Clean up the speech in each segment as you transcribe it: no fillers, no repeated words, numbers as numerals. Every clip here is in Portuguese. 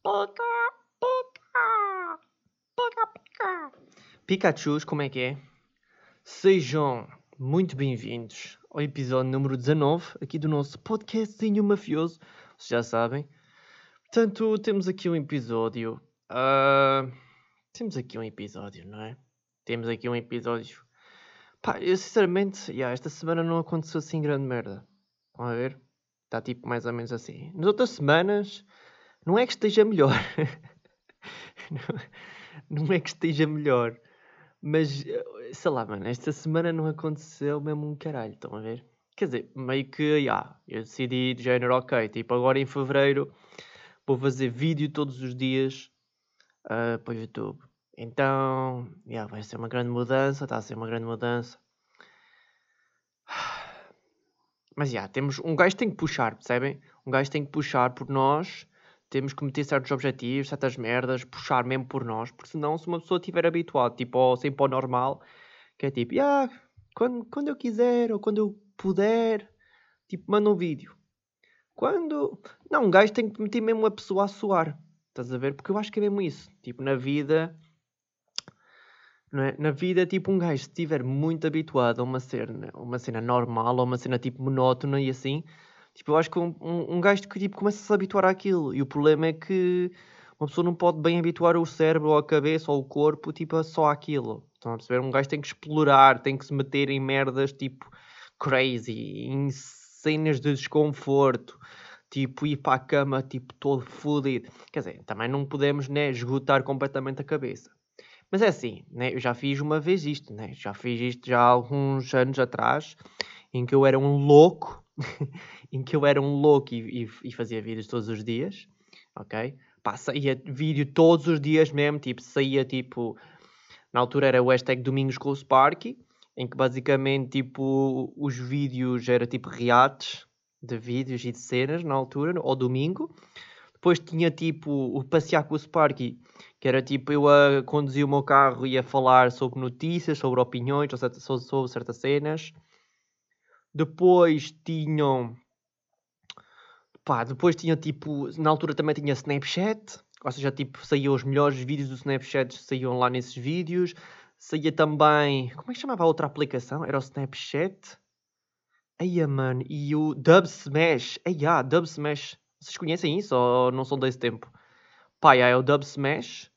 Pica, pica, pica, pica. Pikachus, como é que é? Sejam muito bem-vindos ao episódio número 19 aqui do nosso podcastzinho mafioso. Vocês já sabem. Portanto, temos aqui um episódio. Não é? Temos aqui um episódio. Pá, eu sinceramente, esta semana não aconteceu assim grande merda. Vão a ver? Está tipo mais ou menos assim. Nas outras semanas, não é que esteja melhor. Não é que esteja melhor. Mas, sei lá, mano, esta semana não aconteceu mesmo um caralho, estão a ver? Quer dizer, meio que, eu decidi de género, ok, tipo, agora em fevereiro vou fazer vídeo todos os dias para o YouTube. Então, vai ser uma grande mudança, está a ser uma grande mudança. Mas, temos, um gajo tem que puxar, percebem? Um gajo tem que puxar por nós, temos que meter certos objetivos, certas merdas, puxar mesmo por nós, porque senão se uma pessoa estiver habituada, tipo, sempre ao normal, que é tipo, quando eu quiser ou quando eu puder, tipo, manda um vídeo. Quando... Não, um gajo tem que meter mesmo a pessoa a suar. Estás a ver? Porque eu acho que é mesmo isso. Tipo, na vida... Não é? Na vida, tipo, um gajo se estiver muito habituado a uma cena normal, ou uma cena, tipo, monótona e assim... Tipo, eu acho que um gajo, tipo, começa a se habituar àquilo. E o problema é que uma pessoa não pode bem habituar o cérebro, ou a cabeça, ou o corpo, tipo, só àquilo. Estão a perceber? Um gajo tem que explorar, tem que se meter em merdas, tipo, crazy, em cenas de desconforto. Tipo, ir para a cama, tipo, todo fodido. Quer dizer, também não podemos, né, esgotar completamente a cabeça. Mas é assim, né, eu já fiz uma vez isto, né? Já fiz isto já há alguns anos atrás, em que eu era um louco, e fazia vídeos todos os dias, ok? Pá, saía vídeo todos os dias mesmo, tipo, saía tipo, na altura era o hashtag Domingos com o Sparky, em que basicamente tipo, os vídeos era tipo reacts de vídeos e de cenas na altura, ao domingo. Depois tinha tipo o passear com o Sparky, que era tipo eu a conduzir o meu carro e a falar sobre notícias, sobre opiniões, sobre certas cenas. Depois tinham. Depois tinha tipo. Na altura também tinha Snapchat. Ou seja, tipo, saíam os melhores vídeos do Snapchat, saíam lá nesses vídeos. Saía também. Como é que chamava a outra aplicação? Era o Snapchat? Eia, mano. E o Dub Smash. Dub Smash. Vocês conhecem isso ou não são desse tempo? É o Dub Smash.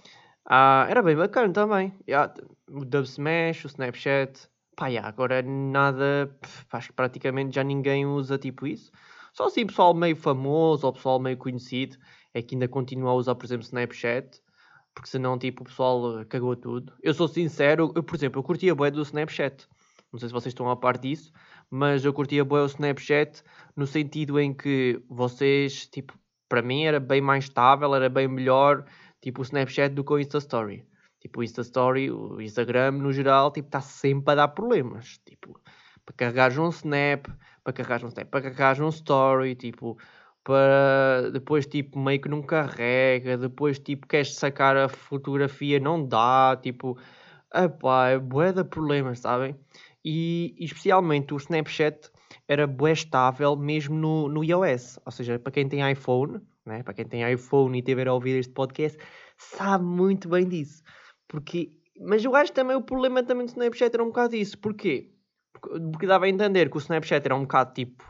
Era bem bacana também. O Dub Smash, o Snapchat. Agora nada. Acho que praticamente já ninguém usa tipo isso. Só assim pessoal meio famoso ou pessoal meio conhecido é que ainda continua a usar, por exemplo, Snapchat. Porque senão, tipo, o pessoal cagou tudo. Eu sou sincero, por exemplo, eu curtia bué do Snapchat. Não sei se vocês estão a par disso, mas eu curtia bué o Snapchat no sentido em que vocês, tipo, para mim era bem mais estável, era bem melhor, tipo, o Snapchat do que o Insta Story. Tipo, o Insta Story, o Instagram, no geral, tipo, está sempre a dar problemas. Tipo, para carregar um snap, para carregar um story, tipo, para depois, tipo, meio que não carrega, depois, tipo, queres sacar a fotografia, não dá, tipo, é bué de problemas, sabem? E especialmente o Snapchat era bué estável mesmo no iOS, ou seja, para quem tem iPhone, né? Para quem tem iPhone e estiver a ouvir este podcast, sabe muito bem disso. Mas eu acho que também o problema também do Snapchat era um bocado isso. Porquê? Porque dava a entender que o Snapchat era um bocado tipo...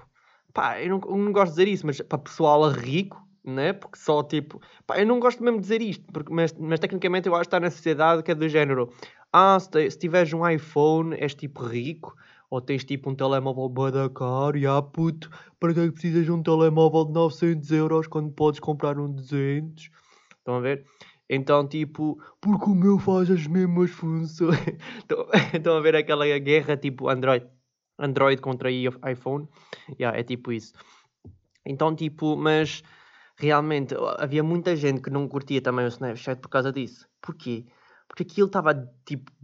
eu não gosto de dizer isso, mas para pessoal rico, né? Porque só tipo... eu não gosto mesmo de dizer isto, mas tecnicamente eu acho que está na sociedade que é do género... se tiveres um iPhone, és tipo rico, ou tens tipo um telemóvel bué da caro, puto, para que é que precisas de um telemóvel de 900 euros quando podes comprar um de 200? Estão a ver? Então, tipo, porque o meu faz as mesmas funções. Estão a ver aquela guerra tipo Android contra iPhone? É tipo isso. Então, tipo, mas realmente havia muita gente que não curtia também o Snapchat por causa disso. Porquê? Porque aquilo estava tipo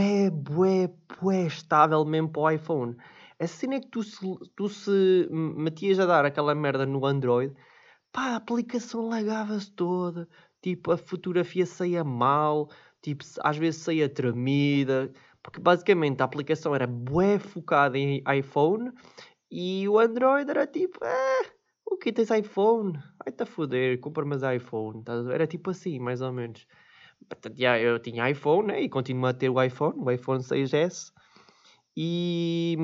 bué estável mesmo para o iPhone. A cena é que tu se metias a dar aquela merda no Android, a aplicação lagava-se toda, tipo, a fotografia saía mal, tipo, às vezes saía tremida, porque basicamente a aplicação era bué focada em iPhone e o Android era tipo, O que tens iPhone? Vai-te a foder, compra-me iPhone. Era tipo assim, mais ou menos. Portanto, eu tinha iPhone, né? E continuo a ter o iPhone 6S. E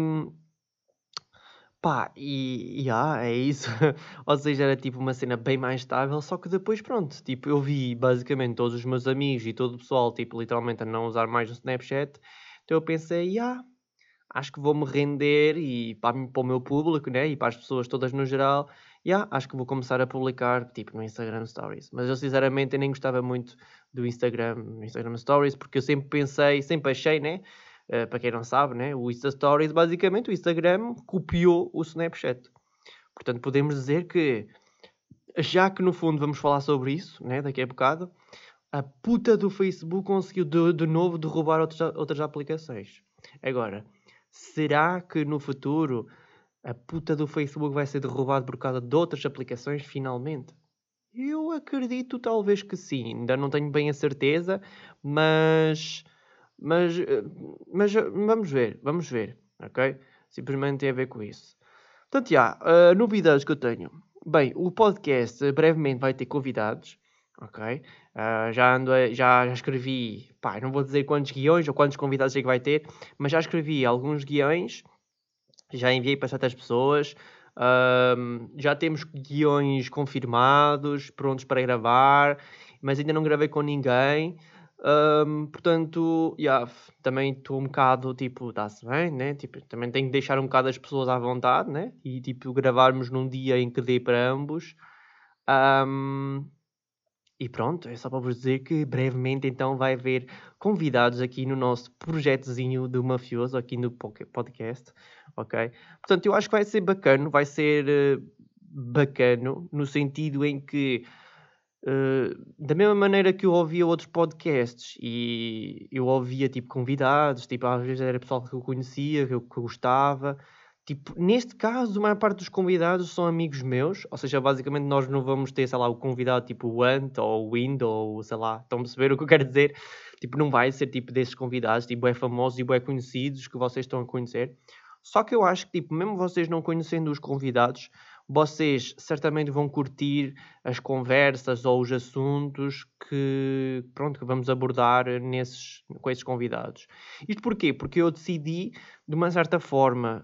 pá, é isso. Ou seja, era tipo uma cena bem mais estável, só que depois, pronto, tipo, eu vi basicamente todos os meus amigos e todo o pessoal, tipo, literalmente a não usar mais o Snapchat. Então eu pensei, acho que vou-me render e para o meu público, né? E para as pessoas todas no geral, acho que vou começar a publicar, tipo, no Instagram Stories. Mas eu, sinceramente, eu nem gostava muito do Instagram Stories, porque eu sempre pensei, sempre achei, né? Para quem não sabe, né? O Insta Stories, basicamente, o Instagram copiou o Snapchat. Portanto, podemos dizer que, já que no fundo vamos falar sobre isso, né? Daqui a bocado, a puta do Facebook conseguiu de novo derrubar outras aplicações. Agora, será que no futuro a puta do Facebook vai ser derrubado por causa de outras aplicações, finalmente? Eu acredito talvez que sim. Ainda não tenho bem a certeza, mas... Mas, eh, mas vamos ver, ok? Simplesmente tem a ver com isso. Portanto, novidades que eu tenho. Bem, o podcast brevemente vai ter convidados, ok? Já escrevi, pá, não vou dizer quantos guiões ou quantos convidados é que vai ter, mas já escrevi alguns guiões, já enviei para certas pessoas, já temos guiões confirmados, prontos para gravar, mas ainda não gravei com ninguém. Portanto, também estou um bocado, tipo, está-se bem, né? Tipo, também tenho que deixar um bocado as pessoas à vontade, né? E, tipo, gravarmos num dia em que dê para ambos. Ahm, e pronto, é só para vos dizer que brevemente então vai haver convidados aqui no nosso projetozinho do Mafioso, aqui no podcast, ok? Portanto, eu acho que vai ser bacana, vai ser bacano no sentido em que da mesma maneira que eu ouvia outros podcasts e eu ouvia tipo convidados, tipo às vezes era pessoal que eu conhecia, que eu gostava. Tipo, neste caso, a maior parte dos convidados são amigos meus, ou seja, basicamente nós não vamos ter, sei lá, o convidado tipo o Ant ou o Wind ou sei lá, estão a perceber o que eu quero dizer? Tipo, não vai ser tipo desses convidados, tipo, é famosos e é conhecidos que vocês estão a conhecer. Só que eu acho que, tipo, mesmo vocês não conhecendo os convidados, vocês certamente vão curtir as conversas ou os assuntos que, pronto, que vamos abordar com esses convidados. Isto porquê? Porque eu decidi, de uma certa forma,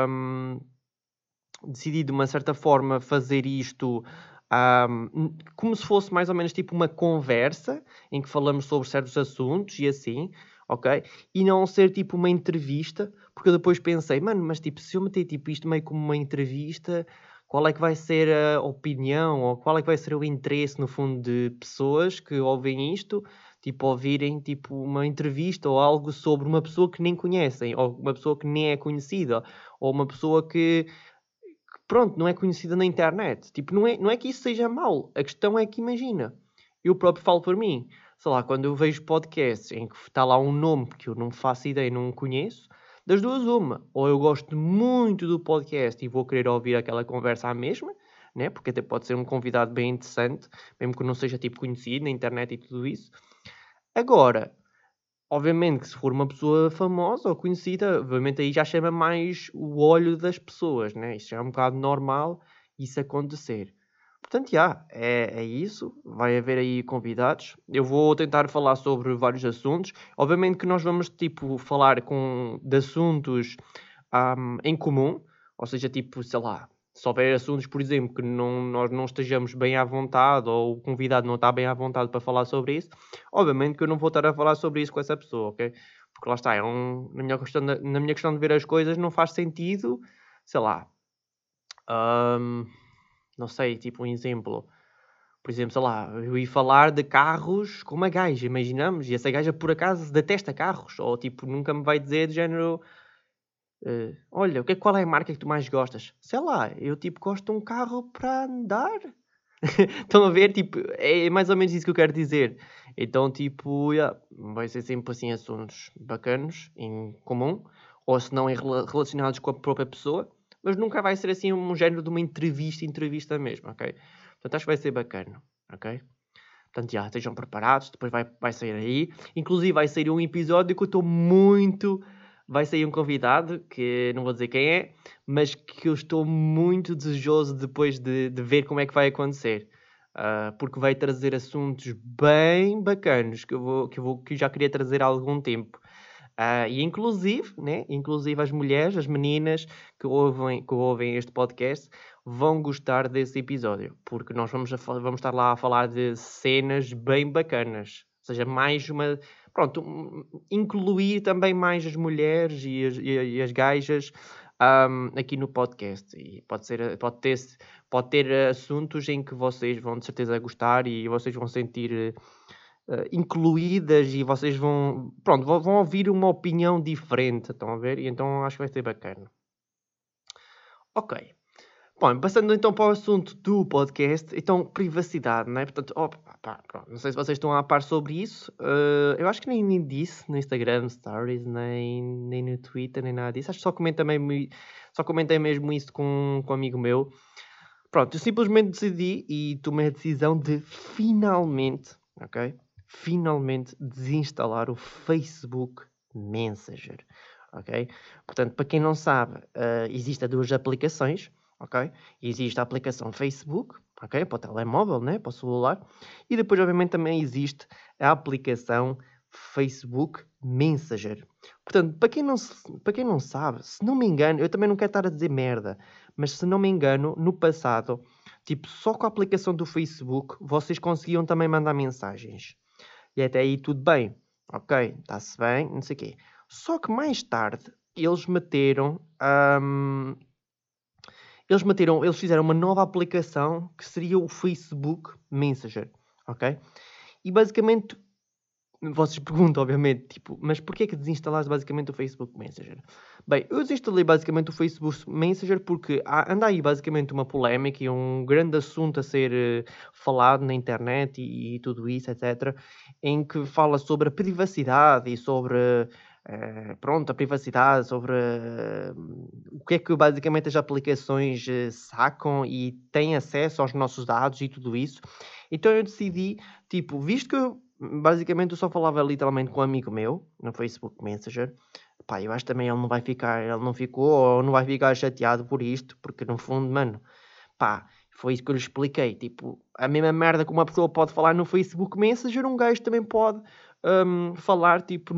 fazer isto como se fosse mais ou menos tipo uma conversa em que falamos sobre certos assuntos e assim, ok? E não ser tipo uma entrevista, porque eu depois pensei, mano, mas tipo, se eu meter tipo isto meio como uma entrevista, qual é que vai ser a opinião ou qual é que vai ser o interesse no fundo de pessoas que ouvem isto, tipo ouvirem tipo uma entrevista ou algo sobre uma pessoa que nem conhecem ou uma pessoa que nem é conhecida ou uma pessoa que pronto, não é conhecida na internet. Tipo, não é que isso seja mau. A questão é que, imagina, eu próprio falo por mim. Sei lá, quando eu vejo podcasts em que está lá um nome que eu não faço ideia, não conheço, das duas uma. Ou eu gosto muito do podcast e vou querer ouvir aquela conversa à mesma, né? Porque até pode ser um convidado bem interessante, mesmo que não seja tipo conhecido na internet e tudo isso. Agora, obviamente que se for uma pessoa famosa ou conhecida, obviamente aí já chama mais o olho das pessoas, né? Isso já é um bocado normal isso acontecer. Portanto, é isso. Vai haver aí convidados. Eu vou tentar falar sobre vários assuntos. Obviamente que nós vamos, tipo, falar de assuntos em comum. Ou seja, tipo, sei lá, se houver assuntos, por exemplo, que nós não estejamos bem à vontade ou o convidado não está bem à vontade para falar sobre isso, obviamente que eu não vou estar a falar sobre isso com essa pessoa, ok? Porque lá está, na minha questão de ver as coisas não faz sentido, sei lá, não sei, tipo um exemplo. Por exemplo, sei lá, eu ia falar de carros com uma gaja, imaginamos, e essa gaja por acaso detesta carros, ou tipo, nunca me vai dizer de género, olha, qual é a marca que tu mais gostas? Sei lá, eu tipo gosto de um carro para andar. Estão a ver? Tipo, é mais ou menos isso que eu quero dizer. Então, tipo, vai ser sempre assim assuntos bacanos, em comum, ou se não relacionados com a própria pessoa, mas nunca vai ser assim um género de uma entrevista mesmo, ok? Portanto, acho que vai ser bacana, ok? Portanto, estejam preparados, depois vai sair aí. Inclusive, vai sair um episódio que eu estou muito vai sair um convidado, que não vou dizer quem é, mas que eu estou muito desejoso depois de ver como é que vai acontecer. Porque vai trazer assuntos bem bacanos que eu já queria trazer há algum tempo. E inclusive, né, inclusive as mulheres, as meninas que ouvem este podcast vão gostar desse episódio, porque nós vamos estar lá a falar de cenas bem bacanas. Ou seja, mais uma. Pronto, incluir também mais as mulheres e as gajas aqui no podcast. E pode ter assuntos em que vocês vão de certeza gostar e vocês vão sentir incluídas e vocês vão ouvir uma opinião diferente, estão a ver? E então acho que vai ser bacana. Ok. Bom, passando então para o assunto do podcast, então privacidade, não é? Portanto, não sei se vocês estão a par sobre isso. Eu acho que nem disse no Instagram Stories, nem no Twitter, nem nada disso. Acho que só comentei mesmo isso com um amigo meu. Pronto, eu simplesmente decidi e tomei a decisão de finalmente, ok? Finalmente desinstalar o Facebook Messenger, ok? Portanto, para quem não sabe, existem duas aplicações, ok? Existe a aplicação Facebook, ok? Para o telemóvel, né? Para o celular. E depois, obviamente, também existe a aplicação Facebook Messenger. Portanto, para quem não sabe, se não me engano, eu também não quero estar a dizer merda, mas se não me engano, no passado, tipo, só com a aplicação do Facebook, vocês conseguiam também mandar mensagens. E até aí tudo bem. Ok, está-se bem, não sei o quê. Só que mais tarde, eles fizeram uma nova aplicação que seria o Facebook Messenger, ok? E basicamente vocês perguntam, obviamente, tipo, mas porquê que desinstalaste basicamente o Facebook Messenger? Bem, eu desinstalei basicamente o Facebook Messenger porque anda aí basicamente uma polémica e um grande assunto a ser falado na internet e tudo isso, etc., em que fala sobre a privacidade e sobre, a privacidade, sobre o que é que basicamente as aplicações sacam e têm acesso aos nossos dados e tudo isso. Então eu decidi, tipo, visto que basicamente eu só falava literalmente com um amigo meu no Facebook Messenger. Pá, eu acho que também ele não ficou ou não vai ficar chateado por isto, porque no fundo, mano, pá, foi isso que eu lhe expliquei. Tipo, a mesma merda que uma pessoa pode falar no Facebook Messenger, um gajo também pode falar, tipo,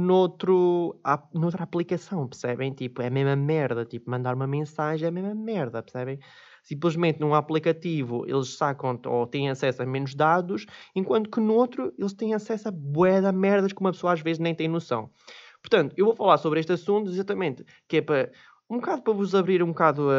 noutra aplicação, percebem? Tipo, é a mesma merda. Tipo, mandar uma mensagem é a mesma merda, percebem? Simplesmente num aplicativo eles sacam ou têm acesso a menos dados, enquanto que no outro eles têm acesso a bué de merdas que uma pessoa às vezes nem tem noção. Portanto, eu vou falar sobre este assunto exatamente, que é para um bocado para vos abrir um bocado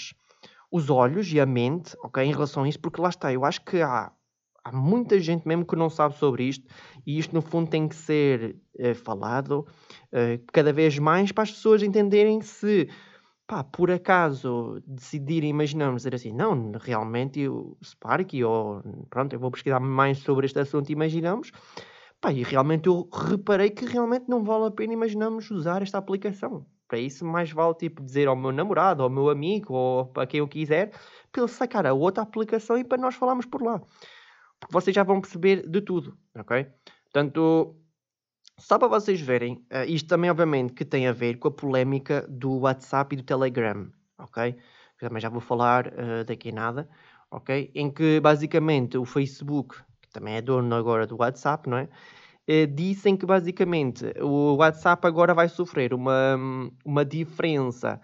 os olhos e a mente, ok, em relação a isso, porque lá está, eu acho que há muita gente mesmo que não sabe sobre isto e isto no fundo tem que ser falado cada vez mais para as pessoas entenderem se pá, por acaso decidirem, imaginamos, dizer assim, não, realmente o Sparky, ou pronto, eu vou pesquisar mais sobre este assunto, imaginamos, pá, e realmente eu reparei que realmente não vale a pena, imaginamos, usar esta aplicação. Para isso, mais vale tipo dizer ao meu namorado, ao meu amigo, ou para quem eu quiser, para ele sacar a outra aplicação e para nós falarmos por lá. Porque vocês já vão perceber de tudo, ok? Portanto, só para vocês verem, isto também obviamente que tem a ver com a polémica do WhatsApp e do Telegram, ok? Que também já vou falar daqui a nada, ok? Em que basicamente o Facebook, que também é dono agora do WhatsApp, não é? Dizem que basicamente o WhatsApp agora vai sofrer uma diferença,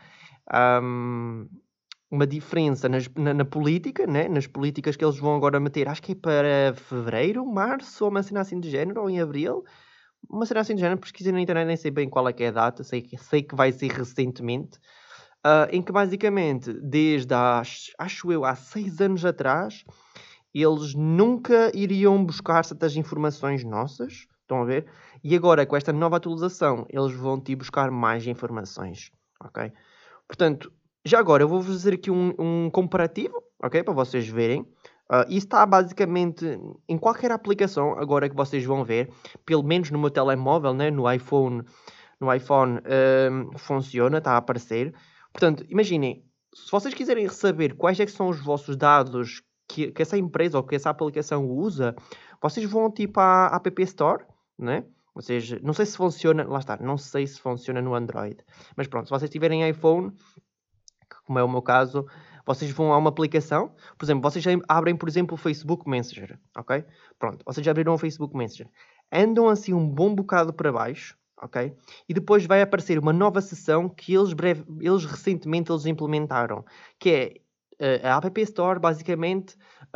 um, uma diferença na política, né? Nas políticas que eles vão agora meter, acho que é para fevereiro, março, ou uma cena assim de género, ou em abril. Uma cena assim de género, pesquisei na internet, nem sei bem qual é que é a data, sei que vai ser recentemente, em que basicamente, acho eu, há 6 anos atrás, eles nunca iriam buscar certas informações nossas, estão a ver? E agora, com esta nova atualização, eles vão te buscar mais informações, ok? Portanto, já agora eu vou-vos fazer aqui um comparativo, ok? Para vocês verem. Isso está basicamente em qualquer aplicação, agora que vocês vão ver, pelo menos no meu telemóvel, né? No iPhone funciona, está a aparecer. Portanto, imaginem, se vocês quiserem saber quais é que são os vossos dados que essa empresa ou que essa aplicação usa, vocês vão tipo à App Store, né? Vocês, não sei se funciona, lá está, não sei se funciona no Android. Mas pronto, se vocês tiverem iPhone, como é o meu caso, vocês vão a uma aplicação, por exemplo, vocês abrem, por exemplo, o Facebook Messenger, ok? Pronto, vocês já abriram o Facebook Messenger. Andam assim um bom bocado para baixo, ok? E depois vai aparecer uma nova seção que eles recentemente implementaram, que é a App Store, basicamente,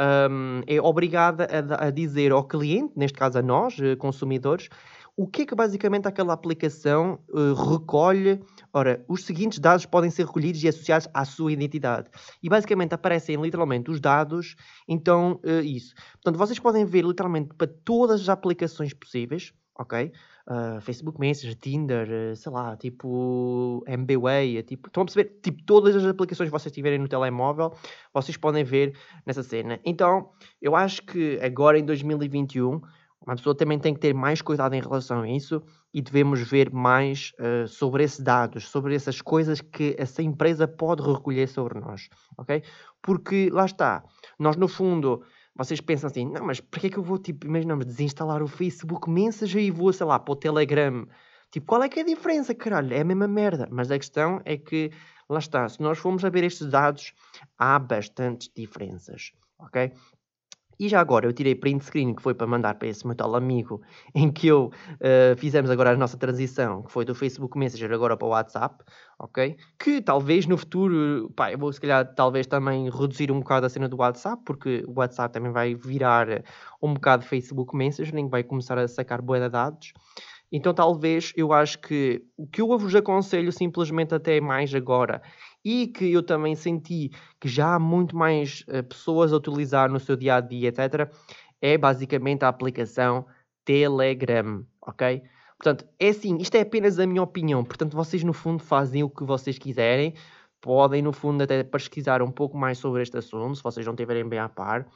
é obrigada a dizer ao cliente, neste caso a nós, consumidores, o que é que basicamente aquela aplicação recolhe. Ora, os seguintes dados podem ser recolhidos e associados à sua identidade. E basicamente aparecem literalmente os dados, então isso. Portanto, vocês podem ver literalmente para todas as aplicações possíveis, ok? Facebook Messenger, Tinder, sei lá, tipo MBWay, tipo, estão a perceber? Tipo, todas as aplicações que vocês tiverem no telemóvel, vocês podem ver nessa cena. Então, eu acho que agora em 2021, uma pessoa também tem que ter mais cuidado em relação a isso e devemos ver mais sobre esses dados, sobre essas coisas que essa empresa pode recolher sobre nós, ok? Porque, lá está, nós no fundo, vocês pensam assim, não, mas para que é que eu vou, tipo, imaginamos, desinstalar o Facebook Messenger e vou, sei lá, para o Telegram? Tipo, qual é que é a diferença, caralho? É a mesma merda. Mas a questão é que, lá está, se nós formos a ver estes dados, há bastantes diferenças, ok? E já agora eu tirei print screen que foi para mandar para esse meu tal amigo em que eu fizemos agora a nossa transição, que foi do Facebook Messenger agora para o WhatsApp, ok? Que talvez no futuro, pá, eu vou se calhar talvez também reduzir um bocado a cena do WhatsApp, porque o WhatsApp também vai virar um bocado Facebook Messenger, nem vai começar a sacar bué de dados. Então talvez eu acho que o que eu vos aconselho simplesmente até mais agora e que eu também senti que já há muito mais pessoas a utilizar no seu dia a dia, etc., é basicamente a aplicação Telegram, ok? Portanto, é assim, isto é apenas a minha opinião, portanto, vocês no fundo fazem o que vocês quiserem, podem no fundo até pesquisar um pouco mais sobre este assunto, se vocês não estiverem bem a par.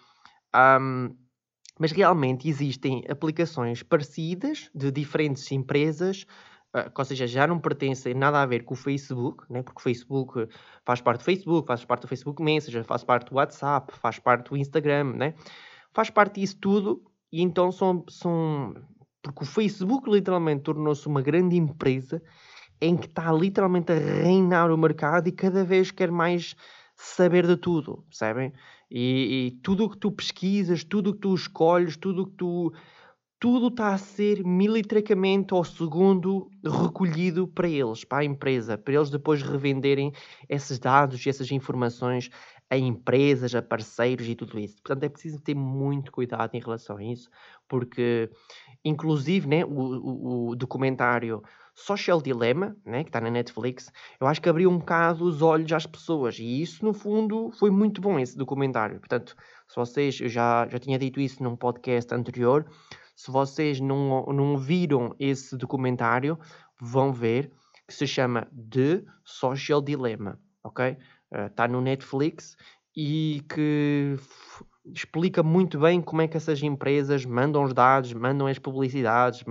Mas realmente existem aplicações parecidas de diferentes empresas, que, ou seja, já não pertencem nada a ver com o Facebook, né? Porque o Facebook faz parte do Facebook, faz parte do Facebook Messenger, faz parte do WhatsApp, faz parte do Instagram, né? Faz parte disso tudo e então são... Porque o Facebook literalmente tornou-se uma grande empresa em que está literalmente a reinar o mercado e cada vez quer mais saber de tudo, percebem? E tudo o que tu pesquisas, tudo o que tu escolhes, tudo o que tu... Tudo está a ser militaricamente ao segundo recolhido para eles, para a empresa, para eles depois revenderem esses dados e essas informações a empresas, a parceiros e tudo isso. Portanto, é preciso ter muito cuidado em relação a isso, porque, inclusive, né, o documentário Social Dilemma, né, que está na Netflix, eu acho que abriu um bocado os olhos às pessoas e isso, no fundo, foi muito bom esse documentário. Portanto, se vocês, eu já tinha dito isso num podcast anterior, se vocês não viram esse documentário, vão ver, que se chama The Social Dilemma, ok? Está no Netflix e que explica muito bem como é que essas empresas mandam os dados, mandam as publicidades,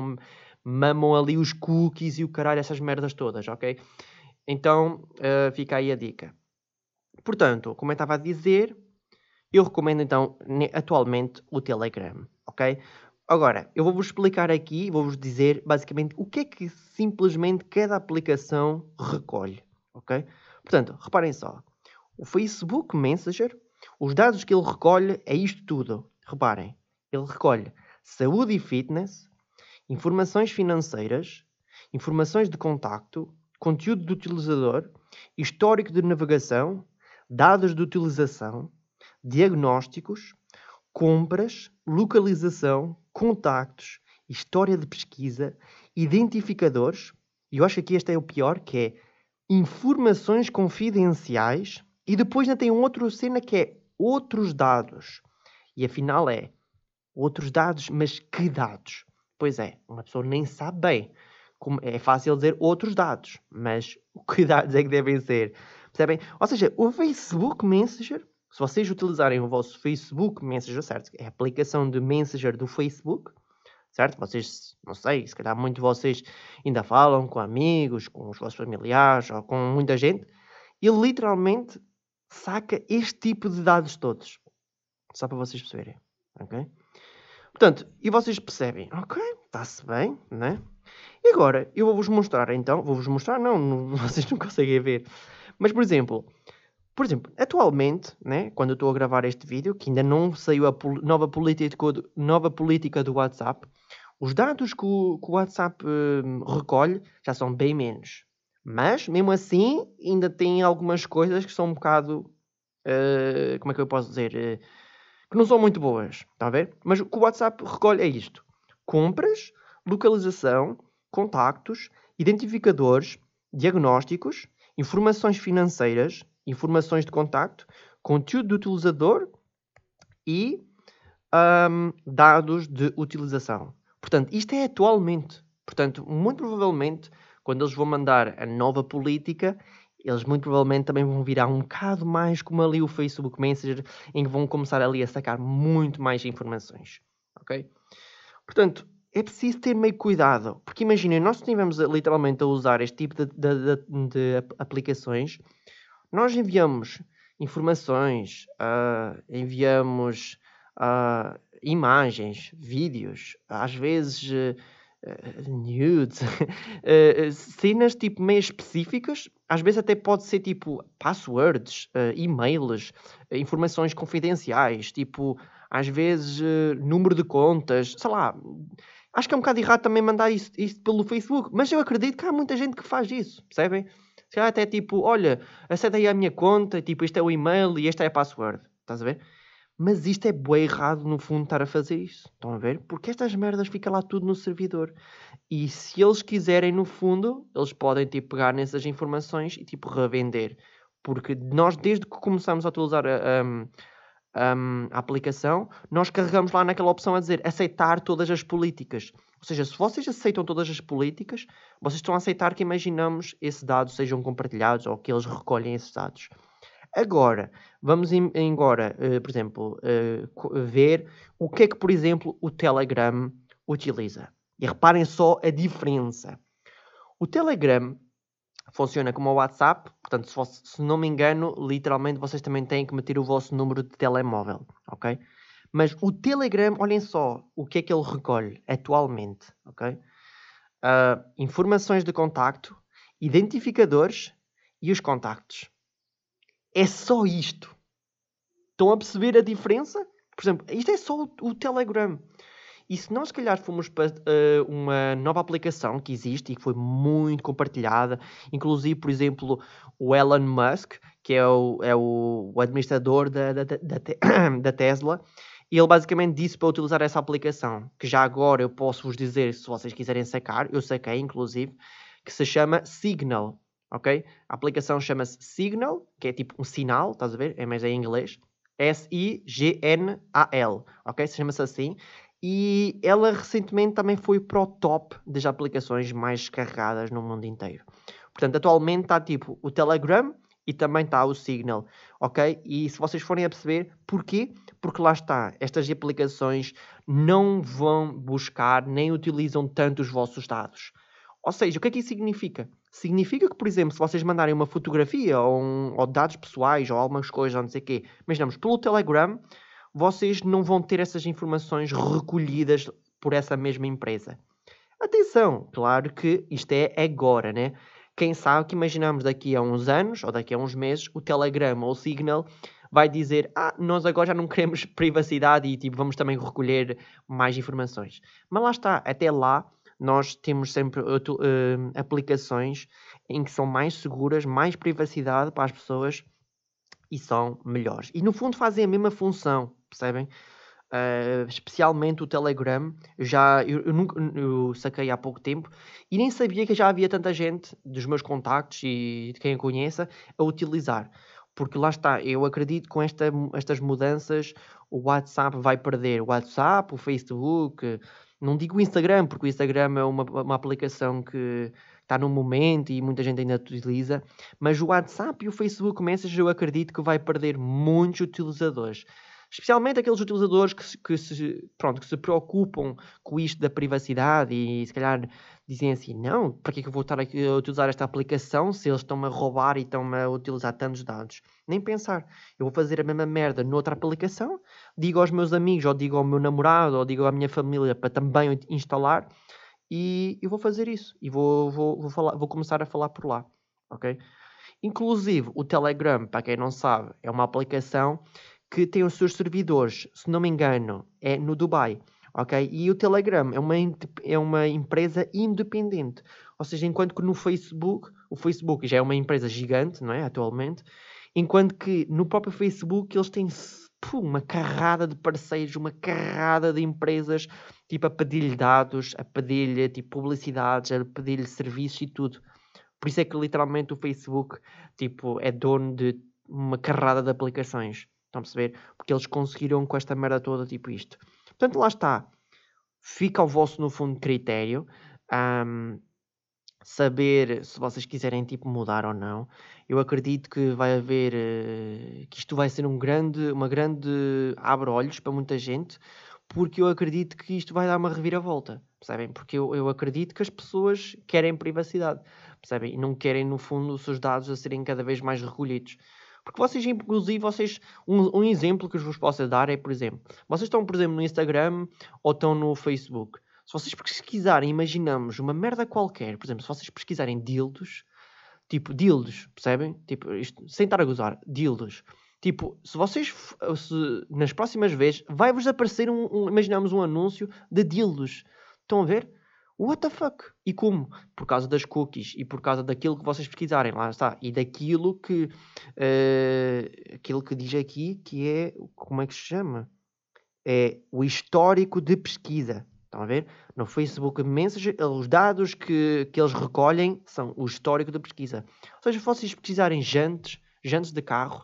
mamam ali os cookies e o caralho, essas merdas todas, ok? Então, fica aí a dica. Portanto, como eu estava a dizer, eu recomendo então atualmente o Telegram, ok? Agora, eu vou-vos explicar aqui, vou-vos dizer basicamente o que é que simplesmente cada aplicação recolhe, ok? Portanto, reparem só, o Facebook Messenger, os dados que ele recolhe é isto tudo. Reparem, ele recolhe saúde e fitness, informações financeiras, informações de contacto, conteúdo do utilizador, histórico de navegação, dados de utilização, diagnósticos, compras, localização, contactos, história de pesquisa, identificadores, e eu acho que aqui este é o pior, que é informações confidenciais, e depois ainda tem um outro cena que é outros dados. E afinal é outros dados, mas que dados? Pois é, uma pessoa nem sabe bem. É fácil dizer outros dados, mas que dados é que devem ser? Percebem? Ou seja, o Facebook Messenger, se vocês utilizarem o vosso Facebook Messenger, certo? É a aplicação de Messenger do Facebook, certo? Vocês, não sei, se calhar muitos de vocês ainda falam com amigos, com os vossos familiares ou com muita gente. Ele literalmente saca este tipo de dados todos. Só para vocês perceberem, ok? Portanto, e vocês percebem, ok, está-se bem, né? E agora, eu vou-vos mostrar então, não, vocês não conseguem ver, mas por exemplo, atualmente, né, quando eu estou a gravar este vídeo, que ainda não saiu a nova política do WhatsApp, os dados que o WhatsApp recolhe já são bem menos. Mas, mesmo assim, ainda tem algumas coisas que são um bocado, como é que eu posso dizer, que não são muito boas, está a ver? Mas o que o WhatsApp recolhe é isto: compras, localização, contactos, identificadores, diagnósticos, informações financeiras, informações de contacto, conteúdo do utilizador e dados de utilização. Portanto, isto é atualmente. Portanto, muito provavelmente, quando eles vão mandar a nova política, eles muito provavelmente também vão virar um bocado mais como ali o Facebook Messenger, em que vão começar ali a sacar muito mais informações. Ok? Portanto, é preciso ter meio cuidado, porque imaginem, nós estivemos literalmente a usar este tipo de aplicações, nós enviamos informações, enviamos imagens, vídeos, às vezes nudes, cenas tipo meio específicas, às vezes até pode ser tipo passwords, e-mails, informações confidenciais, tipo às vezes número de contas, sei lá. Acho que é um bocado errado também mandar isso pelo Facebook, mas eu acredito que há muita gente que faz isso, percebem? Se calhar até tipo, olha, acede aí à minha conta, tipo, este é o e-mail e esta é a password, estás a ver? Mas isto é bué errado no fundo estar a fazer isso, estão a ver? Porque estas merdas ficam lá tudo no servidor. E se eles quiserem no fundo, eles podem tipo pegar nessas informações e tipo revender. Porque nós desde que começamos a utilizar a aplicação, nós carregamos lá naquela opção a dizer aceitar todas as políticas. Ou seja, se vocês aceitam todas as políticas, vocês estão a aceitar que imaginamos esses dados sejam compartilhados ou que eles recolhem esses dados. Agora, vamos agora, por exemplo, ver o que é que, por exemplo, o Telegram utiliza. E reparem só a diferença. O Telegram funciona como o WhatsApp, portanto, se não me engano, literalmente vocês também têm que meter o vosso número de telemóvel, ok? Mas o Telegram, olhem só o que é que ele recolhe atualmente, ok? Informações de contacto, identificadores e os contactos. É só isto. Estão a perceber a diferença? Por exemplo, isto é só o Telegram. E se nós, se calhar, formos para uma nova aplicação que existe e que foi muito compartilhada, inclusive, por exemplo, o Elon Musk, que é o administrador da Tesla, ele basicamente disse para utilizar essa aplicação, que já agora eu posso vos dizer, se vocês quiserem sacar, eu saquei, inclusive, que se chama Signal, ok? A aplicação chama-se Signal, que é tipo um sinal, estás a ver? Mas é em inglês. Signal, ok? Se chama-se assim. E ela recentemente também foi para o top das aplicações mais descarregadas no mundo inteiro. Portanto, atualmente está tipo o Telegram e também está o Signal, ok? E se vocês forem a perceber, porquê? Porque lá está, estas aplicações não vão buscar nem utilizam tanto os vossos dados. Ou seja, o que é que isso significa? Significa que, por exemplo, se vocês mandarem uma fotografia ou dados pessoais ou algumas coisas, ou não sei o quê, imaginamos, pelo Telegram, vocês não vão ter essas informações recolhidas por essa mesma empresa. Atenção, claro que isto é agora, né? Quem sabe que imaginamos daqui a uns anos ou daqui a uns meses o Telegram ou o Signal vai dizer nós agora já não queremos privacidade e tipo, vamos também recolher mais informações. Mas lá está, até lá nós temos sempre aplicações em que são mais seguras, mais privacidade para as pessoas e são melhores. E no fundo fazem a mesma função, percebem? Especialmente o Telegram, eu saquei há pouco tempo e nem sabia que já havia tanta gente dos meus contactos e de quem eu conheça a utilizar. Porque lá está, eu acredito que com estas mudanças o WhatsApp vai perder. O WhatsApp, o Facebook, não digo o Instagram, porque o Instagram é uma aplicação que está no momento e muita gente ainda utiliza, mas o WhatsApp e o Facebook Messenger eu acredito que vai perder muitos utilizadores. Especialmente aqueles utilizadores que se preocupam com isto da privacidade e se calhar dizem assim, não, para que é que eu vou estar aqui a utilizar esta aplicação se eles estão-me a roubar e estão-me a utilizar tantos dados? Nem pensar. Eu vou fazer a mesma merda noutra aplicação, digo aos meus amigos, ou digo ao meu namorado, ou digo à minha família para também instalar e eu vou fazer isso. E vou começar a falar por lá, ok? Inclusive, o Telegram, para quem não sabe, é uma aplicação que tem os seus servidores, se não me engano, é no Dubai, ok? E o Telegram é uma empresa independente. Ou seja, enquanto que no Facebook, o Facebook já é uma empresa gigante, não é? Atualmente, enquanto que no próprio Facebook eles têm uma carrada de parceiros, uma carrada de empresas, tipo a pedir-lhe dados, a pedir-lhe tipo publicidades, a pedir-lhe serviços e tudo. Por isso é que literalmente o Facebook tipo, é dono de uma carrada de aplicações. Estão a perceber? Porque eles conseguiram com esta merda toda, tipo isto. Portanto, lá está. Fica ao vosso, no fundo, critério. Saber se vocês quiserem, tipo, mudar ou não. Eu acredito que vai haver... que isto vai ser uma grande abre-olhos para muita gente. Porque eu acredito que isto vai dar uma reviravolta. Percebem? Porque eu acredito que as pessoas querem privacidade. Percebem? E não querem, no fundo, os seus dados a serem cada vez mais recolhidos. Porque vocês, inclusive, um exemplo que eu vos posso dar é, por exemplo, vocês estão, por exemplo, no Instagram ou estão no Facebook. Se vocês pesquisarem, imaginamos, uma merda qualquer, por exemplo, se vocês pesquisarem dildos, tipo, dildos, percebem? Tipo, isto, sem estar a gozar, dildos. Tipo, se vocês, nas próximas vezes, vai-vos aparecer imaginamos um anúncio de dildos. Estão a ver? What the fuck? E como? Por causa das cookies e por causa daquilo que vocês pesquisarem, lá está. E daquilo que, aquilo que diz aqui, que é, como é que se chama? É o histórico de pesquisa. Estão a ver? No Facebook Messenger, os dados que eles recolhem são o histórico de pesquisa. Ou seja, se vocês pesquisarem jantes de carro,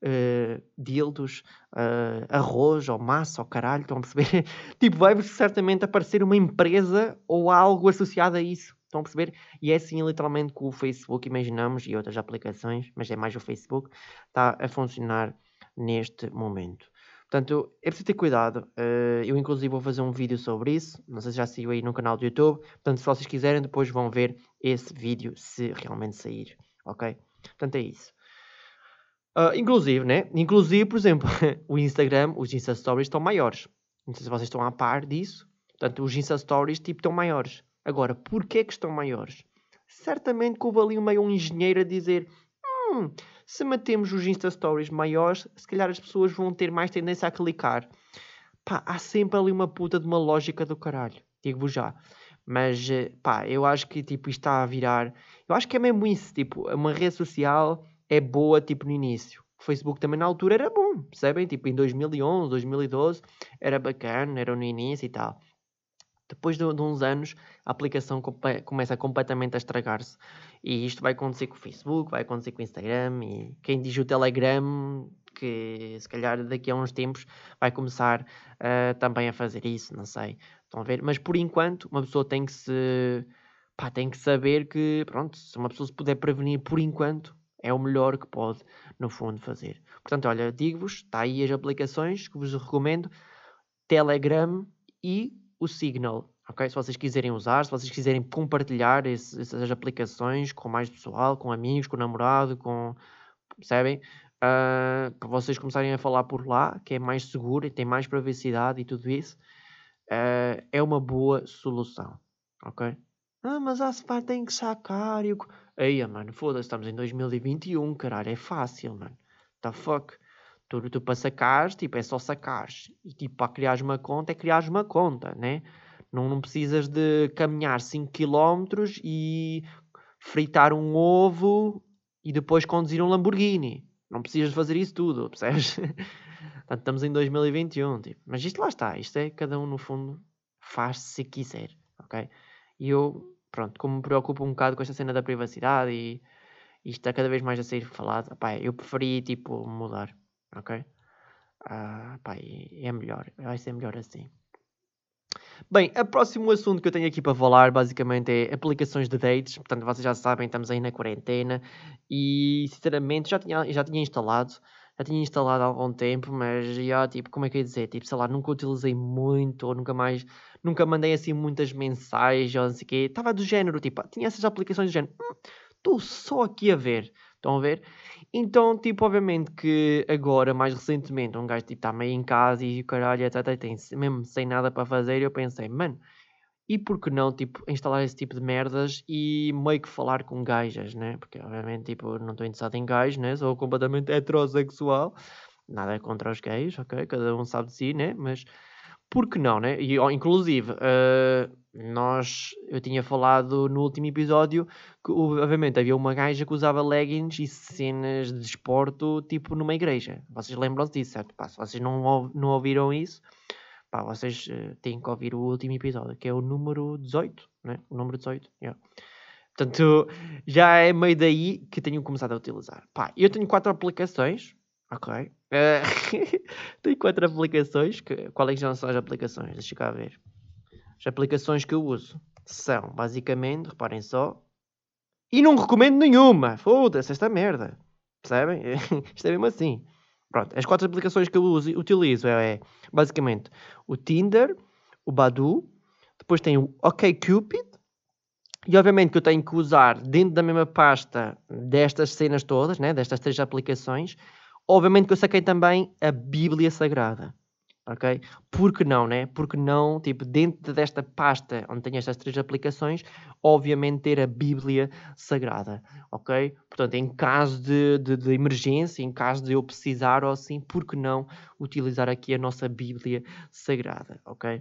dildos, arroz ou massa ou caralho, estão a perceber? Tipo, vai-vos certamente aparecer uma empresa ou algo associado a isso. Estão a perceber? E é assim literalmente que o Facebook, imaginamos, e outras aplicações, mas é mais o Facebook, está a funcionar neste momento. Portanto, é preciso ter cuidado. Eu inclusive vou fazer um vídeo sobre isso. Não sei se já saiu aí no canal do YouTube. Portanto, se vocês quiserem, depois vão ver esse vídeo se realmente sair. Ok? Portanto, é isso. Inclusive, né? Inclusive, por exemplo, o Instagram, os Insta Stories estão maiores. Não sei se vocês estão a par disso. Portanto, os Insta Stories tipo, estão maiores. Agora, porquê que estão maiores? Certamente que houve ali meio um engenheiro a dizer se mantemos os Insta Stories maiores, se calhar as pessoas vão ter mais tendência a clicar. Pá, há sempre ali uma puta de uma lógica do caralho. Digo-vos já. Mas, pá, eu acho que tipo, isto está a virar... Eu acho que é mesmo isso. Tipo, uma rede social é boa, tipo, no início. O Facebook também na altura era bom, percebem? Tipo, em 2011, 2012, era bacana, era no início e tal. Depois de uns anos, a aplicação começa completamente a estragar-se. E isto vai acontecer com o Facebook, vai acontecer com o Instagram e quem diz o Telegram, que se calhar daqui a uns tempos vai começar também a fazer isso, não sei. Estão a ver? Mas por enquanto, uma pessoa tem que saber que, pronto, se uma pessoa se puder prevenir por enquanto, é o melhor que pode, no fundo, fazer. Portanto, olha, digo-vos, está aí as aplicações que vos recomendo, Telegram e o Signal, ok? Se vocês quiserem usar, se vocês quiserem compartilhar essas aplicações com mais pessoal, com amigos, com namorado, percebem? Para vocês começarem a falar por lá, que é mais seguro e tem mais privacidade e tudo isso, é uma boa solução, ok? Mas a SPA tem que sacar e Eia, mano, foda-se, estamos em 2021, caralho, é fácil, mano. The fuck? Tu para sacares, tipo, é só sacares. E tipo, para criares uma conta, é criares uma conta, né? Não precisas de caminhar 5 km e fritar um ovo e depois conduzir um Lamborghini. Não precisas de fazer isso tudo, percebes? Portanto, estamos em 2021, tipo. Mas isto lá está, isto é cada um no fundo faz se quiser, ok? E eu, pronto, como me preocupo um bocado com esta cena da privacidade e isto está cada vez mais a ser falado, pá, eu preferi, tipo, mudar, ok? Pá, é melhor, vai ser melhor assim. Bem, o próximo assunto que eu tenho aqui para falar basicamente é aplicações de dates. Portanto, vocês já sabem, estamos aí na quarentena e sinceramente já tinha instalado Já tinha instalado há algum tempo, mas já, tipo, como é que eu ia dizer? Tipo, sei lá, nunca utilizei muito, ou nunca mandei assim muitas mensagens, ou não sei o quê. Estava do género, tipo, tinha essas aplicações do género. Estou só aqui a ver. Estão a ver? Então, tipo, obviamente que agora, mais recentemente, um gajo tipo, está meio em casa e o caralho, etc. E tem mesmo sem nada para fazer. Eu pensei, mano, e por que não, tipo, instalar esse tipo de merdas e meio que falar com gajas, né? Porque, obviamente, tipo, não estou interessado em gajos, né? Sou completamente heterossexual. Nada contra os gays, ok? Cada um sabe de si, né? Mas por que não, né? E, inclusive, eu tinha falado no último episódio que, obviamente, havia uma gaja que usava leggings e cenas de desporto, tipo, numa igreja. Vocês lembram-se disso, certo? Pá, se vocês não ouviram isso, pá, vocês têm que ouvir o último episódio, que é o número 18, né? O número 18, yeah. Portanto, já é meio daí que tenho começado a utilizar. Pá, eu tenho 4 aplicações, ok? Tenho 4 aplicações. Quais são as aplicações? Deixa eu cá ver. As aplicações que eu uso são, basicamente, reparem só, e não recomendo nenhuma. Foda-se esta merda. Percebem? Isto é mesmo assim. Pronto, as 4 aplicações que eu utilizo basicamente o Tinder, o Badoo, depois tem o OkCupid, e obviamente que eu tenho que usar dentro da mesma pasta destas cenas todas, né, destas 3 aplicações, obviamente que eu saquei também a Bíblia Sagrada. Ok? Porque não, né? Porque não, tipo, dentro desta pasta onde tenho estas 3 aplicações, obviamente ter a Bíblia Sagrada, ok? Portanto, em caso de emergência, em caso de eu precisar ou assim, por que não utilizar aqui a nossa Bíblia Sagrada, ok?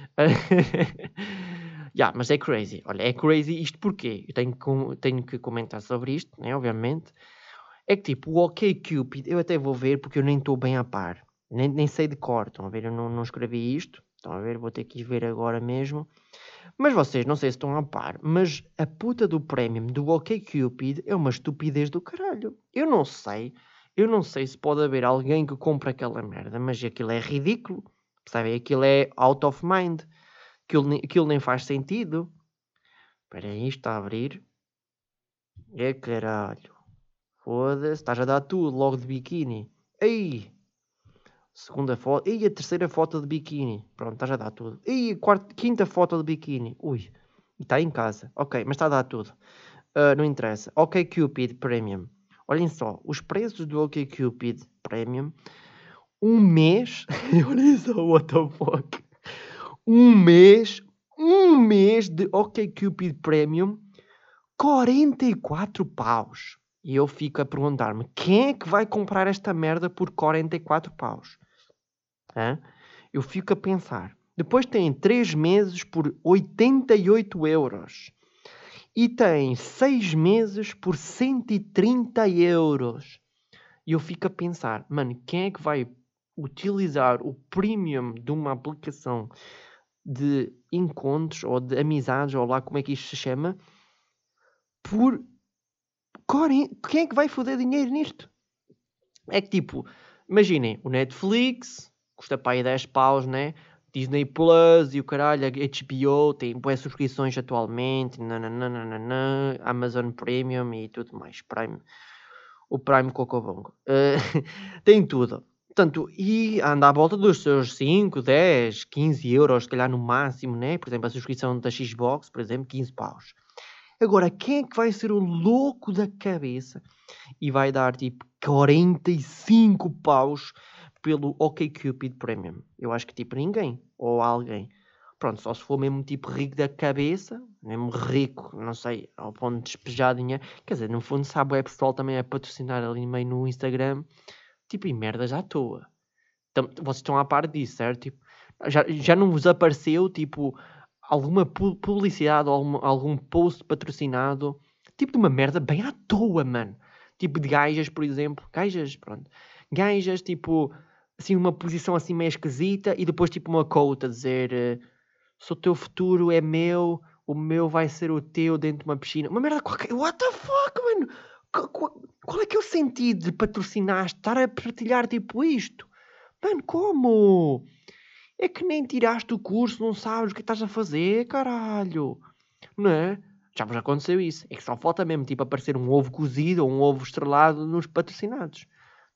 Mas é crazy. Olha, é crazy isto porquê? Eu tenho que comentar sobre isto, né? Obviamente. É que tipo, o OkCupid, eu até vou ver porque eu nem estou bem a par. Nem sei de cor, estão a ver? Eu não escrevi isto. Estão a ver? Vou ter que ir ver agora mesmo. Mas vocês, não sei se estão a par, mas a puta do Premium do OkCupid é uma estupidez do caralho. Eu não sei se pode haver alguém que compre aquela merda, mas aquilo é ridículo. Percebem? Aquilo é out of mind. Aquilo nem faz sentido. Espera aí, está a abrir. É caralho. Foda-se, estás a dar tudo logo de biquíni. Ei! Segunda foto. Ei, a terceira foto de biquíni. Pronto, estás a dar tudo. Ei, a quinta foto de biquíni. Ui. E está em casa. Ok, mas está a dar tudo. Não interessa. OkCupid Premium. Olhem só, os preços do OkCupid Premium. Um mês. Olhem só, what the fuck. Um mês de OkCupid Premium. 44 paus. E eu fico a perguntar-me, quem é que vai comprar esta merda por 44 paus? Hã? Eu fico a pensar. Depois tem 3 meses por 88 euros. E tem 6 meses por 130 euros. E eu fico a pensar, mano, quem é que vai utilizar o premium de uma aplicação de encontros ou de amizades, ou lá como é que isto se chama, por... Quem é que vai foder dinheiro nisto? É que tipo, imaginem, o Netflix custa para aí 10 paus, né? Disney Plus e o caralho, a HBO tem boas subscrições atualmente, nananana, Amazon Premium e tudo mais, Prime, o Prime Cocobongo. Tem tudo. Portanto, e anda à volta dos seus 5, 10, 15 euros, se calhar no máximo, né? Por exemplo, a subscrição da Xbox, por exemplo, 15 paus. Agora, quem é que vai ser o louco da cabeça e vai dar tipo 45 paus pelo OkCupid Premium? Eu acho que tipo ninguém, ou alguém. Pronto, só se for mesmo tipo rico da cabeça, mesmo rico, não sei, ao ponto de despejar dinheiro. Quer dizer, no fundo, sabe, o pessoal também a patrocinar ali meio no Instagram, tipo, em merdas à toa. Então, vocês estão à par disso, certo? Tipo, já não vos apareceu, tipo, alguma publicidade ou algum post patrocinado, tipo de uma merda bem à toa, mano. Tipo de gajas, por exemplo. Gajas, pronto. Gajas, tipo, assim, uma posição assim meio esquisita e depois tipo uma quote a dizer se o teu futuro é meu, o meu vai ser o teu dentro de uma piscina. Uma merda qualquer. What the fuck, mano? Qual é que é o sentido de patrocinar, estar a partilhar tipo isto? Mano, como? É que nem tiraste o curso, não sabes o que estás a fazer, caralho. Não é? Já vos aconteceu isso. É que só falta mesmo, tipo, aparecer um ovo cozido ou um ovo estrelado nos patrocinados.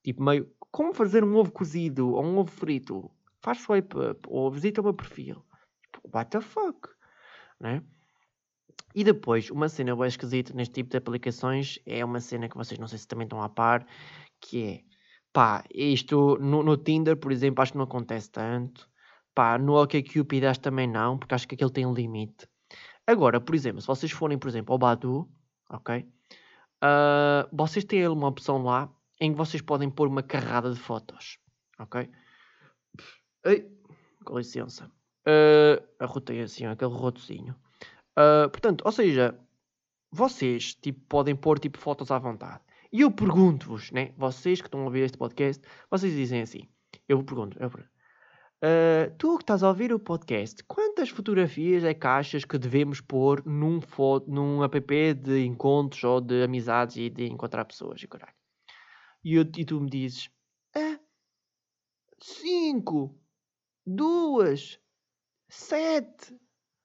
Tipo, meio, como fazer um ovo cozido ou um ovo frito? Faz swipe up ou visita o meu perfil. Tipo, what the fuck? Né? E depois, uma cena bem esquisita neste tipo de aplicações é uma cena que vocês não sei se também estão a par, que é, pá, isto no Tinder, por exemplo, acho que não acontece tanto. Pá, no OkCupid acho também não, porque acho que aquele tem um limite. Agora, por exemplo, se vocês forem, por exemplo, ao Badoo, ok? Vocês têm uma opção lá em que vocês podem pôr uma carrada de fotos, ok? Ei, com licença. Arrotei assim, aquele rotozinho. Portanto, ou seja, vocês tipo, podem pôr tipo, fotos à vontade. E eu pergunto-vos, né? Vocês que estão a ouvir este podcast, vocês dizem assim. Eu pergunto. Tu que estás a ouvir o podcast, quantas fotografias é que achas que devemos pôr num app de encontros ou de amizades e de encontrar pessoas e caralho? E tu me dizes, 5, 2, 7,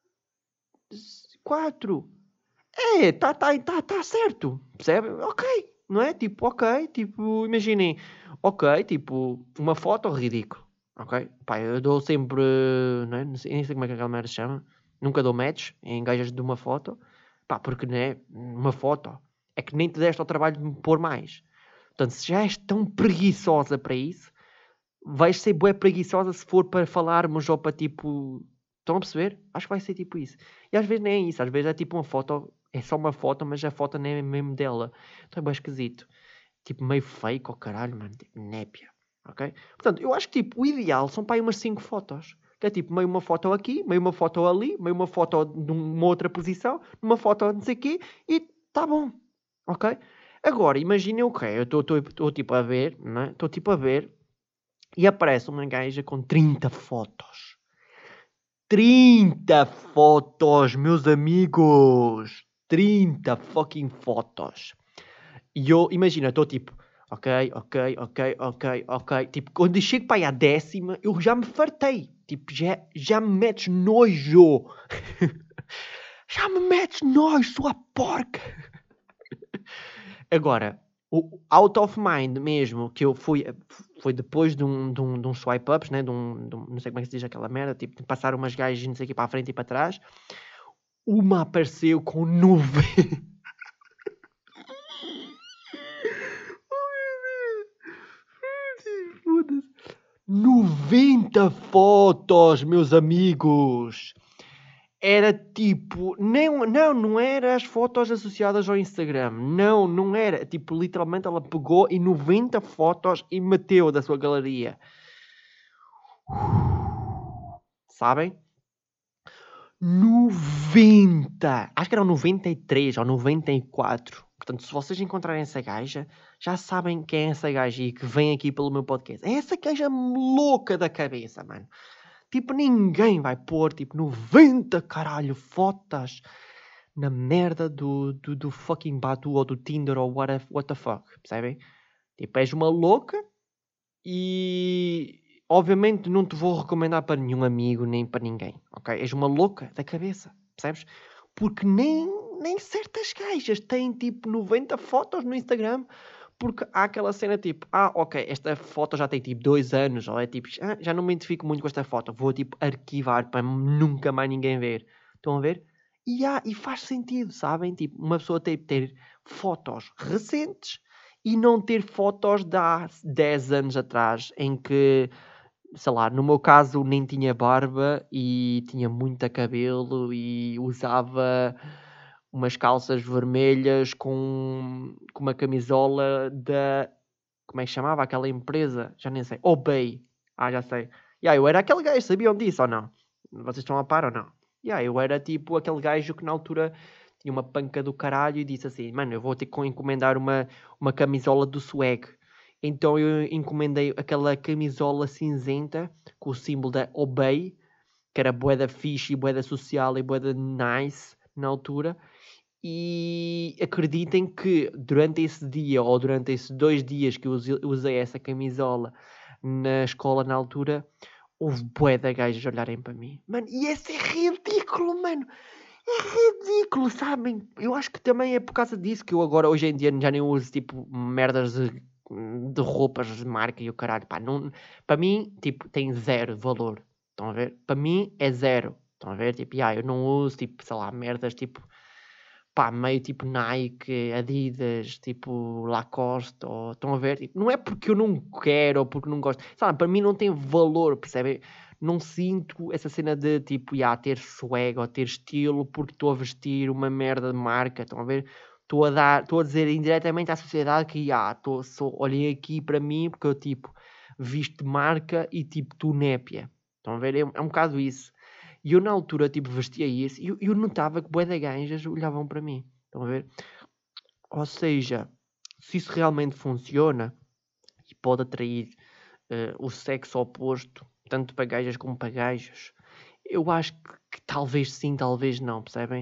4. Tá certo, percebe? Ok, não é? Tipo, ok, tipo, imaginem, ok, tipo, uma foto ridículo, ok? Pá, eu dou sempre, não é? Nem sei como é que aquela merda se chama, nunca dou match em gajas de uma foto, pá, porque, não é? Uma foto, é que nem te deste ao trabalho de me pôr mais. Portanto, se já és tão preguiçosa para isso, vais ser bué preguiçosa se for para falarmos ou para tipo. Estão a perceber? Acho que vai ser tipo isso. E às vezes nem é isso, às vezes é tipo uma foto, é só uma foto, mas a foto nem é mesmo dela. Então é bem esquisito. Tipo meio fake, oh caralho, mano. Tipo, népia. Ok? Portanto, eu acho que tipo, o ideal são para aí umas 5 fotos. Que é tipo meio uma foto aqui, meio uma foto ali, meio uma foto numa outra posição, uma foto não sei o quê, e tá bom. Ok? Agora, imaginem o quê? Eu estou tipo a ver, não é? Estou tipo a ver e aparece uma gaja com 30 fotos. 30 fotos, meus amigos! 30 fucking fotos. E eu, imagina, estou tipo, ok. Tipo, quando eu chego para aí à 10ª, eu já me fartei. Tipo, já me metes nojo. Já me metes nojo, sua porca. Agora, o out of mind mesmo, que eu fui, foi depois de um swipe ups, né? Não sei como é que se diz aquela merda, tipo, de passar umas gajas não sei aqui para a frente e para trás. Uma apareceu com nuvem. 90 fotos, meus amigos. Era tipo, não era as fotos associadas ao Instagram. Não era. Tipo, literalmente ela pegou em 90 fotos e meteu da sua galeria. Sabem? 90! Acho que eram 93 ou 94. Portanto, se vocês encontrarem essa gaja, já sabem quem é essa gaja e que vem aqui pelo meu podcast. É essa gaja louca da cabeça, mano. Tipo, ninguém vai pôr, tipo, 90, caralho, fotos na merda do fucking Badoo ou do Tinder ou what the fuck, percebem? Tipo, és uma louca e obviamente não te vou recomendar para nenhum amigo nem para ninguém, ok? És uma louca da cabeça, percebes? Porque nem certas gajas têm tipo 90 fotos no Instagram, porque há aquela cena tipo, ok, esta foto já tem tipo 2 anos, ou é tipo, já não me identifico muito com esta foto, vou tipo arquivar para nunca mais ninguém ver. Estão a ver? E faz sentido, sabem? Tipo, uma pessoa tem que ter fotos recentes e não ter fotos de há 10 anos atrás, em que, sei lá, no meu caso nem tinha barba e tinha muito cabelo e usava umas calças vermelhas com uma camisola da... Como é que chamava aquela empresa? Já nem sei. Obey. Já sei. Eu era aquele gajo, sabiam disso ou não? Vocês estão a par ou não? Eu era tipo aquele gajo que na altura tinha uma panca do caralho e disse assim, mano, eu vou ter que encomendar uma camisola do Swag. Então eu encomendei aquela camisola cinzenta com o símbolo da Obey, que era bué da fixe e bué da social e bué da nice na altura. E acreditem que durante esse dia ou durante esses 2 dias que eu usei essa camisola na escola na altura, houve bué de gajos a olharem para mim. Mano, e esse é ridículo, mano. É ridículo, sabem? Eu acho que também é por causa disso que eu agora, hoje em dia, já nem uso, tipo, merdas de de roupas de marca e o caralho, pá, não, para mim, tipo, tem zero valor, estão a ver? Para mim é zero, estão a ver? Tipo, eu não uso, tipo, sei lá, merdas, tipo, pá, meio tipo Nike, Adidas, tipo Lacoste, ou, estão a ver? Tipo, não é porque eu não quero ou porque não gosto, sabe, para mim não tem valor, percebem? Não sinto essa cena de tipo, ter swag ou ter estilo porque estou a vestir uma merda de marca, estão a ver? Estou a dizer indiretamente à sociedade que, olhem aqui para mim porque eu tipo, visto de marca e tipo, tu népia, estão a ver? É um bocado isso. E eu na altura, tipo, vestia isso e eu notava que bué de ganjas olhavam para mim. Estão a ver? Ou seja, se isso realmente funciona e pode atrair o sexo oposto, tanto para gajas como para gajos, eu acho que talvez sim, talvez não, percebem?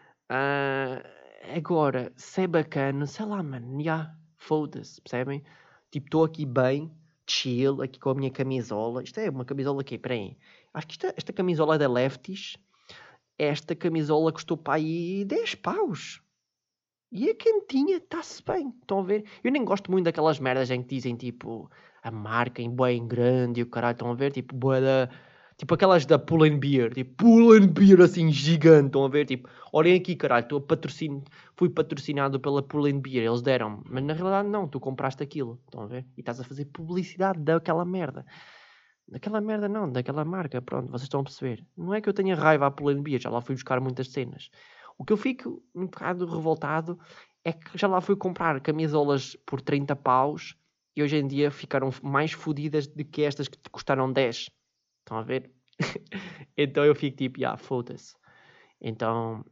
Ah, agora, se é bacana, sei lá, mano, foda-se, percebem? Tipo, estou aqui bem, chill, aqui com a minha camisola. Isto é uma camisola aqui, peraí. Acho que esta camisola é da Lefties. Esta camisola custou para aí 10 paus. E a quentinha está-se bem. Estão a ver? Eu nem gosto muito daquelas merdas em que dizem tipo a marca em bué em grande e o caralho. Estão a ver? Tipo bué da. Tipo aquelas da Pull and Beer. Tipo Pull and Beer assim gigante. Estão a ver? Tipo, olhem aqui caralho. Fui patrocinado pela Pull and Beer. Eles deram. Mas na realidade não. Tu compraste aquilo. Estão a ver? E estás a fazer publicidade daquela merda. Daquela merda não, daquela marca, pronto, vocês estão a perceber. Não é que eu tenha raiva à Pull&Bear, já lá fui buscar muitas cenas. O que eu fico um bocado revoltado é que já lá fui comprar camisolas por 30 paus e hoje em dia ficaram mais fodidas do que estas que te custaram 10. Estão a ver? Então eu fico tipo, foda-se. Então,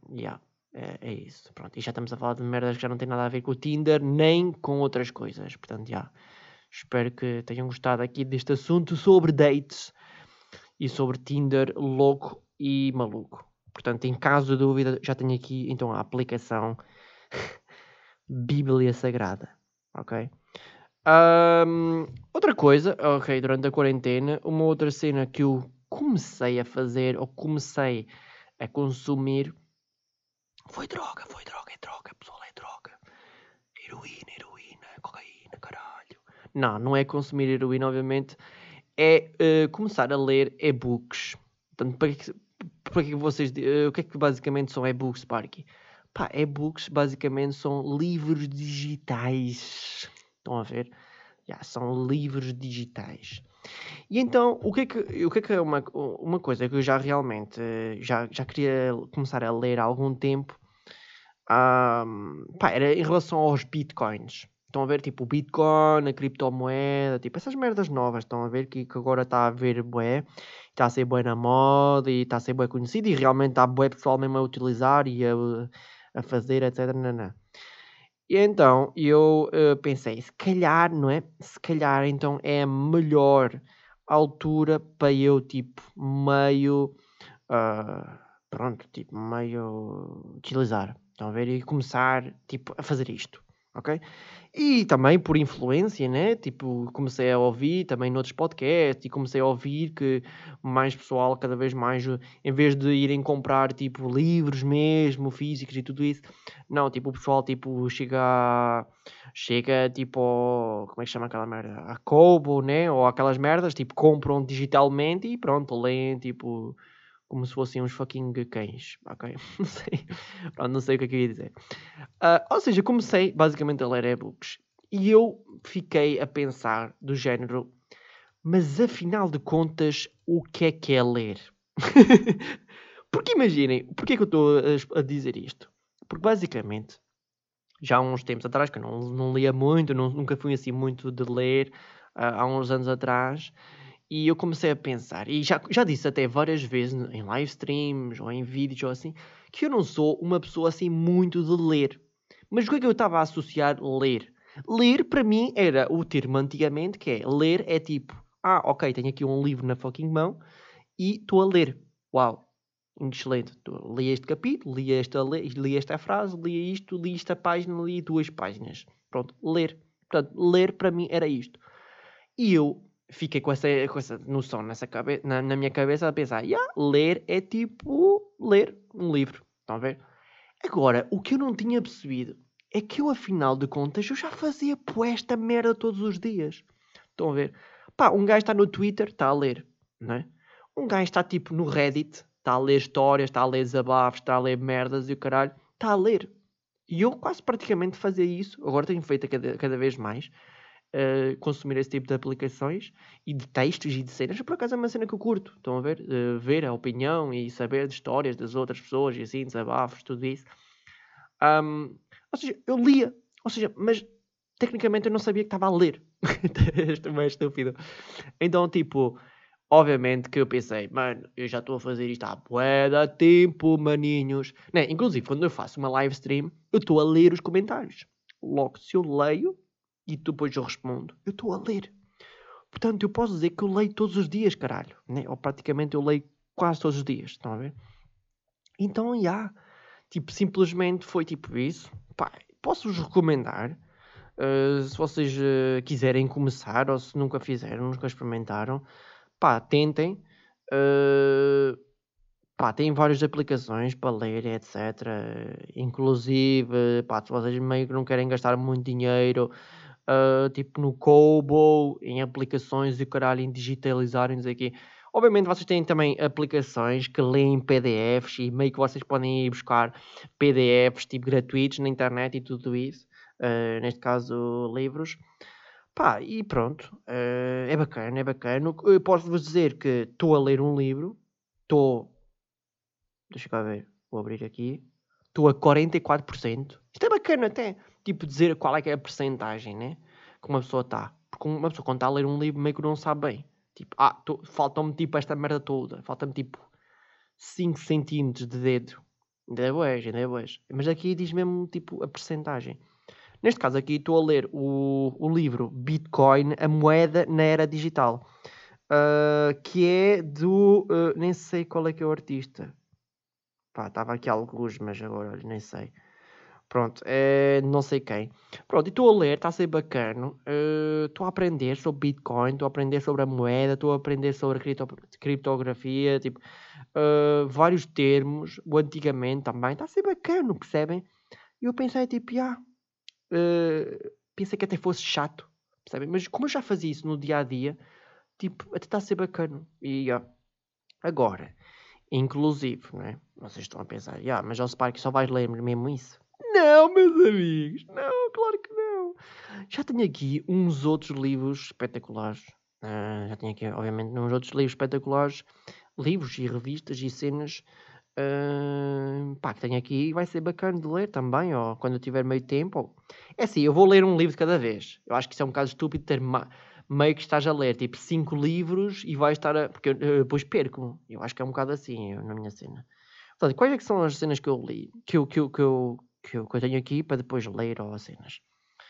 é isso. Pronto, e já estamos a falar de merdas que já não tem nada a ver com o Tinder, nem com outras coisas. Portanto, espero que tenham gostado aqui deste assunto sobre dates e sobre Tinder louco e maluco. Portanto, em caso de dúvida, já tenho aqui então a aplicação Bíblia Sagrada. Ok? Outra coisa, ok, durante a quarentena, uma outra cena que eu comecei a fazer ou comecei a consumir foi droga, pessoal, é droga. Heroína, cocaína, caralho. Não é consumir heroína, obviamente. É começar a ler e-books. Portanto, para que vocês... o que é que basicamente são e-books, Sparky? Pá, e-books basicamente são livros digitais. Estão a ver? São livros digitais. E então, o que é uma coisa que eu já realmente já queria começar a ler há algum tempo, era em relação aos bitcoins. Estão a ver, tipo, o Bitcoin, a criptomoeda, tipo, essas merdas novas, estão a ver, que agora está a ver bué, está a ser bué na moda e está a ser bué conhecido e realmente está bué pessoal mesmo a utilizar e a fazer, etc. Nanã. E então, eu pensei, se calhar, não é? Se calhar, então, é a melhor altura para eu, tipo, meio, pronto, tipo, meio utilizar. Estão a ver? E começar, tipo, a fazer isto, ok? E também por influência, né? Tipo, comecei a ouvir também noutros podcasts e comecei a ouvir que mais pessoal, cada vez mais, em vez de irem comprar, tipo, livros mesmo, físicos e tudo isso, não, tipo, o pessoal, tipo, chega, tipo, como é que chama aquela merda? A Kobo, né? Ou aquelas merdas, tipo, compram digitalmente e pronto, leem, tipo, como se fossem uns fucking cães, ok? Não sei, pronto, não sei o que é que eu ia dizer. Ou seja, comecei basicamente a ler e-books e eu fiquei a pensar do género, mas afinal de contas, o que é ler? Porque imaginem, porque é que eu estou a dizer isto? Porque basicamente, já há uns tempos atrás, que eu não lia muito, nunca fui assim muito de ler, há uns anos atrás, e eu comecei a pensar, e já disse até várias vezes em live streams ou em vídeos ou assim, que eu não sou uma pessoa assim muito de ler. Mas o que é que eu estava a associar ler? Ler para mim era o termo antigamente, que é ler é tipo, ok, tenho aqui um livro na fucking mão e estou a ler. Uau, excelente. Li este capítulo, li esta frase, li isto, li esta página, li 2 páginas. Pronto, ler. Portanto, ler para mim era isto. E eu fiquei com essa noção na minha cabeça a pensar, ler é tipo ler um livro. Estão a ver? Agora, o que eu não tinha percebido é que eu, afinal de contas, eu já fazia esta merda todos os dias. Estão a ver? Pá, um gajo está no Twitter, está a ler, não é? Um gajo está tipo no Reddit, está a ler histórias, está a ler desabafos, está a ler merdas e o caralho, está a ler. E eu quase praticamente fazia isso, agora tenho feito cada vez mais, consumir esse tipo de aplicações e de textos e de cenas. Por acaso é uma cena que eu curto, estão a ver? Ver a opinião e saber de histórias das outras pessoas e assim, desabafos, tudo isso. Ou seja, eu lia, ou seja, mas tecnicamente eu não sabia que estava a ler. Isto é mais estúpido. Então, tipo, obviamente que eu pensei, mano, eu já estou a fazer isto há bué de tempo, maninhos. Né? Inclusive, quando eu faço uma live stream, eu estou a ler os comentários. Logo, se eu leio e depois eu respondo, eu estou a ler. Portanto, eu posso dizer que eu leio todos os dias, caralho. Né? Ou praticamente eu leio quase todos os dias, estão a ver? Então, já. Tipo, simplesmente foi tipo isso. Pá, posso-vos recomendar. Se vocês quiserem começar ou se nunca fizeram, nunca experimentaram, pá, tentem. Pá, tem várias aplicações para ler, etc. Inclusive, pá, se vocês meio que não querem gastar muito dinheiro, tipo no Kobo, em aplicações e o caralho, em digitalizarem aqui. Obviamente vocês têm também aplicações que leem PDFs e meio que vocês podem ir buscar PDFs tipo gratuitos na internet e tudo isso. Neste caso, livros. Pá, e pronto. É bacana, é bacana. Eu posso-vos dizer que estou a ler um livro. Estou... Deixa eu cá ver. Vou abrir aqui. Estou a 44%. Isto é bacana até. Tipo, dizer qual é que é a percentagem, né? Que uma pessoa está. Porque uma pessoa quando está a ler um livro meio que não sabe bem. Tipo, faltam-me tipo esta merda toda. Falta-me tipo 5 centímetros de dedo. Ainda é bué, ainda é bué. Mas aqui diz mesmo tipo a percentagem. Neste caso aqui estou a ler o livro Bitcoin, a moeda na era digital. Que é do... nem sei qual é que é o artista. Pá, estava aqui alguns, mas agora nem sei. Pronto, não sei quem. Pronto, e estou a ler, está a ser bacana. Estou a aprender sobre Bitcoin, estou a aprender sobre a moeda, estou a aprender sobre a criptografia, tipo, vários termos, o antigamente também. Está a ser bacana, percebem? E eu pensei, tipo, pensei que até fosse chato, percebem? Mas como eu já fazia isso no dia a dia, tipo, até está a ser bacana. E agora, inclusive, não é? Vocês estão a pensar, mas ao Spark só vais ler mesmo isso? Não, meus amigos, não, claro que não. Já tenho aqui uns outros livros espetaculares. Já tenho aqui, obviamente, uns outros livros espetaculares, livros e revistas e cenas pá, que tenho aqui e vai ser bacana de ler também, ou quando eu tiver meio tempo. É assim, eu vou ler um livro de cada vez. Eu acho que isso é um bocado estúpido ter meio que estás a ler tipo 5 livros e vais estar a. Porque eu depois perco. Eu acho que é um bocado assim na minha cena. Portanto, quais é que são as cenas que eu li? Que eu tenho aqui para depois ler ou as cenas?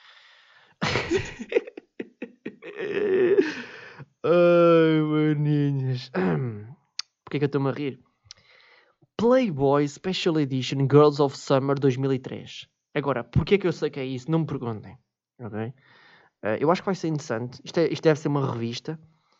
Ai, maninhas. Porquê que eu estou-me a rir? Playboy Special Edition Girls of Summer 2003. Agora, porquê que eu sei que é isso? Não me perguntem. Ok? Eu acho que vai ser interessante. Isto deve ser uma revista.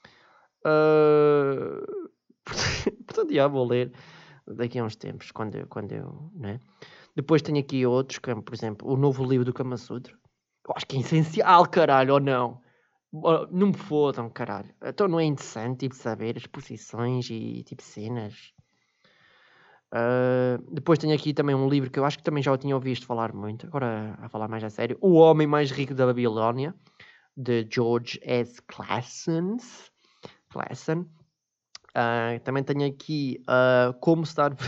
Portanto, já vou ler daqui a uns tempos, quando eu né? Depois tenho aqui outros, como por exemplo o novo livro do Kama Sutra. Eu acho que é essencial, caralho, ou não? Não me fodam, caralho. Então não é interessante, tipo, saber as posições e tipo cenas. Depois tenho aqui também um livro que eu acho que também já o tinha ouvido falar muito. Agora a falar mais a sério. O Homem Mais Rico da Babilónia, de George S. Clason. Também tenho aqui Como se dar...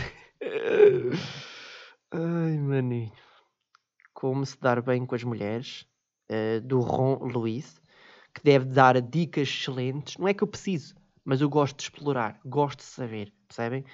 Ai, maninho. Como se dar bem com as mulheres, do Ron Lewis, que deve dar dicas excelentes. Não é que eu preciso, mas eu gosto de explorar, gosto de saber, percebem?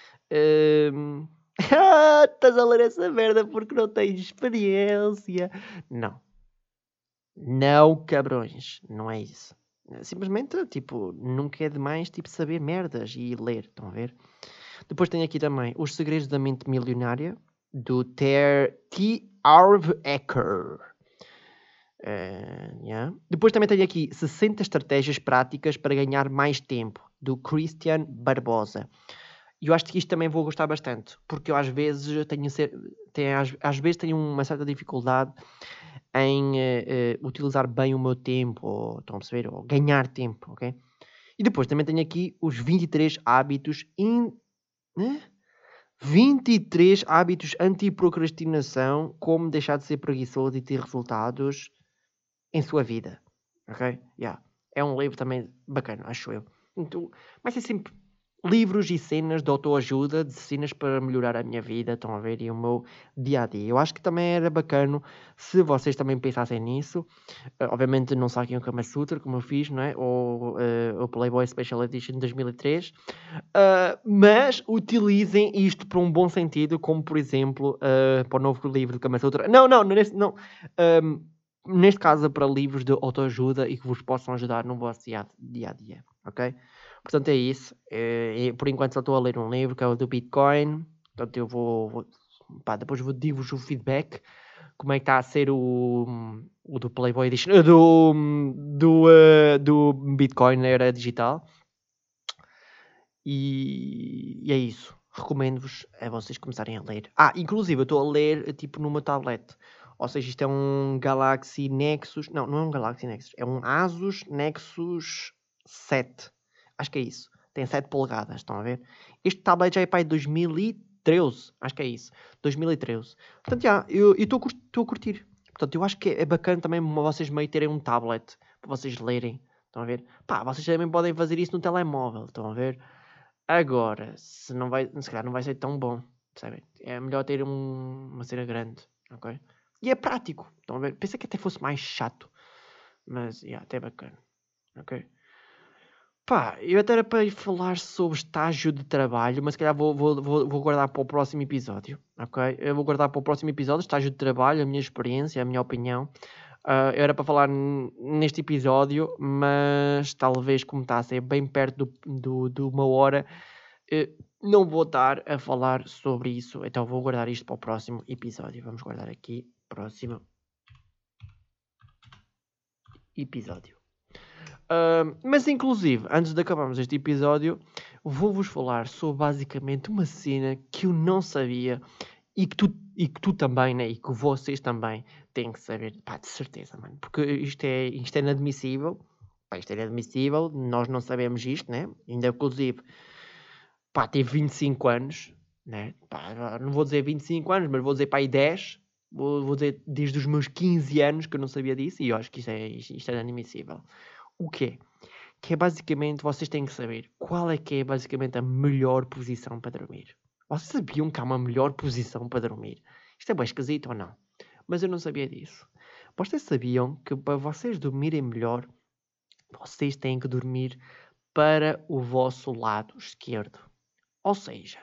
Estás a ler essa merda porque não tens experiência. Não. Não, cabrões. Não é isso. Simplesmente, tipo, nunca é demais, tipo, saber merdas e ler. Estão a ver? Depois tem aqui também Os Segredos da Mente Milionária, do T. Harv Eker. Depois também tenho aqui 60 estratégias práticas para ganhar mais tempo, do Christian Barbosa. E eu acho que isto também vou gostar bastante, porque eu às vezes às vezes tenho uma certa dificuldade em utilizar bem o meu tempo, ou, estão a perceber? Ou ganhar tempo, ok? E depois também tenho aqui os 23 hábitos 23 hábitos anti-procrastinação, como deixar de ser preguiçoso e ter resultados em sua vida. Ok? Yeah. É um livro também bacana, acho eu. Então, vai ser sempre livros e cenas de autoajuda, de cenas para melhorar a minha vida, estão a ver, e o meu dia-a-dia. Eu acho que também era bacana se vocês também pensassem nisso. Obviamente não saquem o Kama Sutra, como eu fiz, não é? Ou o Playboy Special Edition 2003. Mas utilizem isto para um bom sentido, como por exemplo, para o novo livro do Kama Sutra. Não. Neste caso, para livros de autoajuda e que vos possam ajudar no vosso dia-a-dia, ok? Portanto, é isso. Por enquanto só estou a ler um livro que é o do Bitcoin. Portanto, eu depois vou dir-vos o feedback. Como é que está a ser o do Playboy Edition, do Bitcoin na era digital. E é isso. Recomendo-vos a vocês começarem a ler. Inclusive eu estou a ler tipo numa tablet. Ou seja, isto é um Galaxy Nexus. Não é um Galaxy Nexus. É um Asus Nexus 7. Acho que é isso. Tem 7 polegadas, estão a ver? Este tablet já é para 2013. Acho que é isso. 2013. Portanto, eu estou a curtir. Portanto, eu acho que é bacana também vocês meio terem um tablet para vocês lerem. Estão a ver? Vocês também podem fazer isso no telemóvel. Estão a ver? Agora, se calhar não vai ser tão bom, percebem? É melhor ter uma cena grande, ok? E é prático, estão a ver? Pensei que até fosse mais chato, mas, até é bacana, ok? Eu até era para ir falar sobre estágio de trabalho, mas se calhar vou guardar para o próximo episódio, ok? Eu vou guardar para o próximo episódio, estágio de trabalho, a minha experiência, a minha opinião. Eu era para falar neste episódio, mas talvez como está a ser bem perto de uma hora, não vou estar a falar sobre isso, então vou guardar isto para o próximo episódio. Vamos guardar aqui, próximo episódio. Mas inclusive, antes de acabarmos este episódio, vou-vos falar sobre basicamente uma cena que eu não sabia e que tu também, né? E que vocês também têm que saber, de certeza, mano, porque isto é inadmissível. Isto é inadmissível, nós não sabemos isto, né? Ainda inclusive, teve 25 anos, né? Não vou dizer 25 anos, mas vou dizer aí 10. Vou dizer desde os meus 15 anos que eu não sabia disso, e eu acho que isto é inadmissível. O quê? Que é basicamente, vocês têm que saber qual é que é basicamente a melhor posição para dormir. Vocês sabiam que há uma melhor posição para dormir? Isto é bem esquisito ou não? Mas eu não sabia disso. Vocês sabiam que para vocês dormirem melhor, vocês têm que dormir para o vosso lado esquerdo. Ou seja,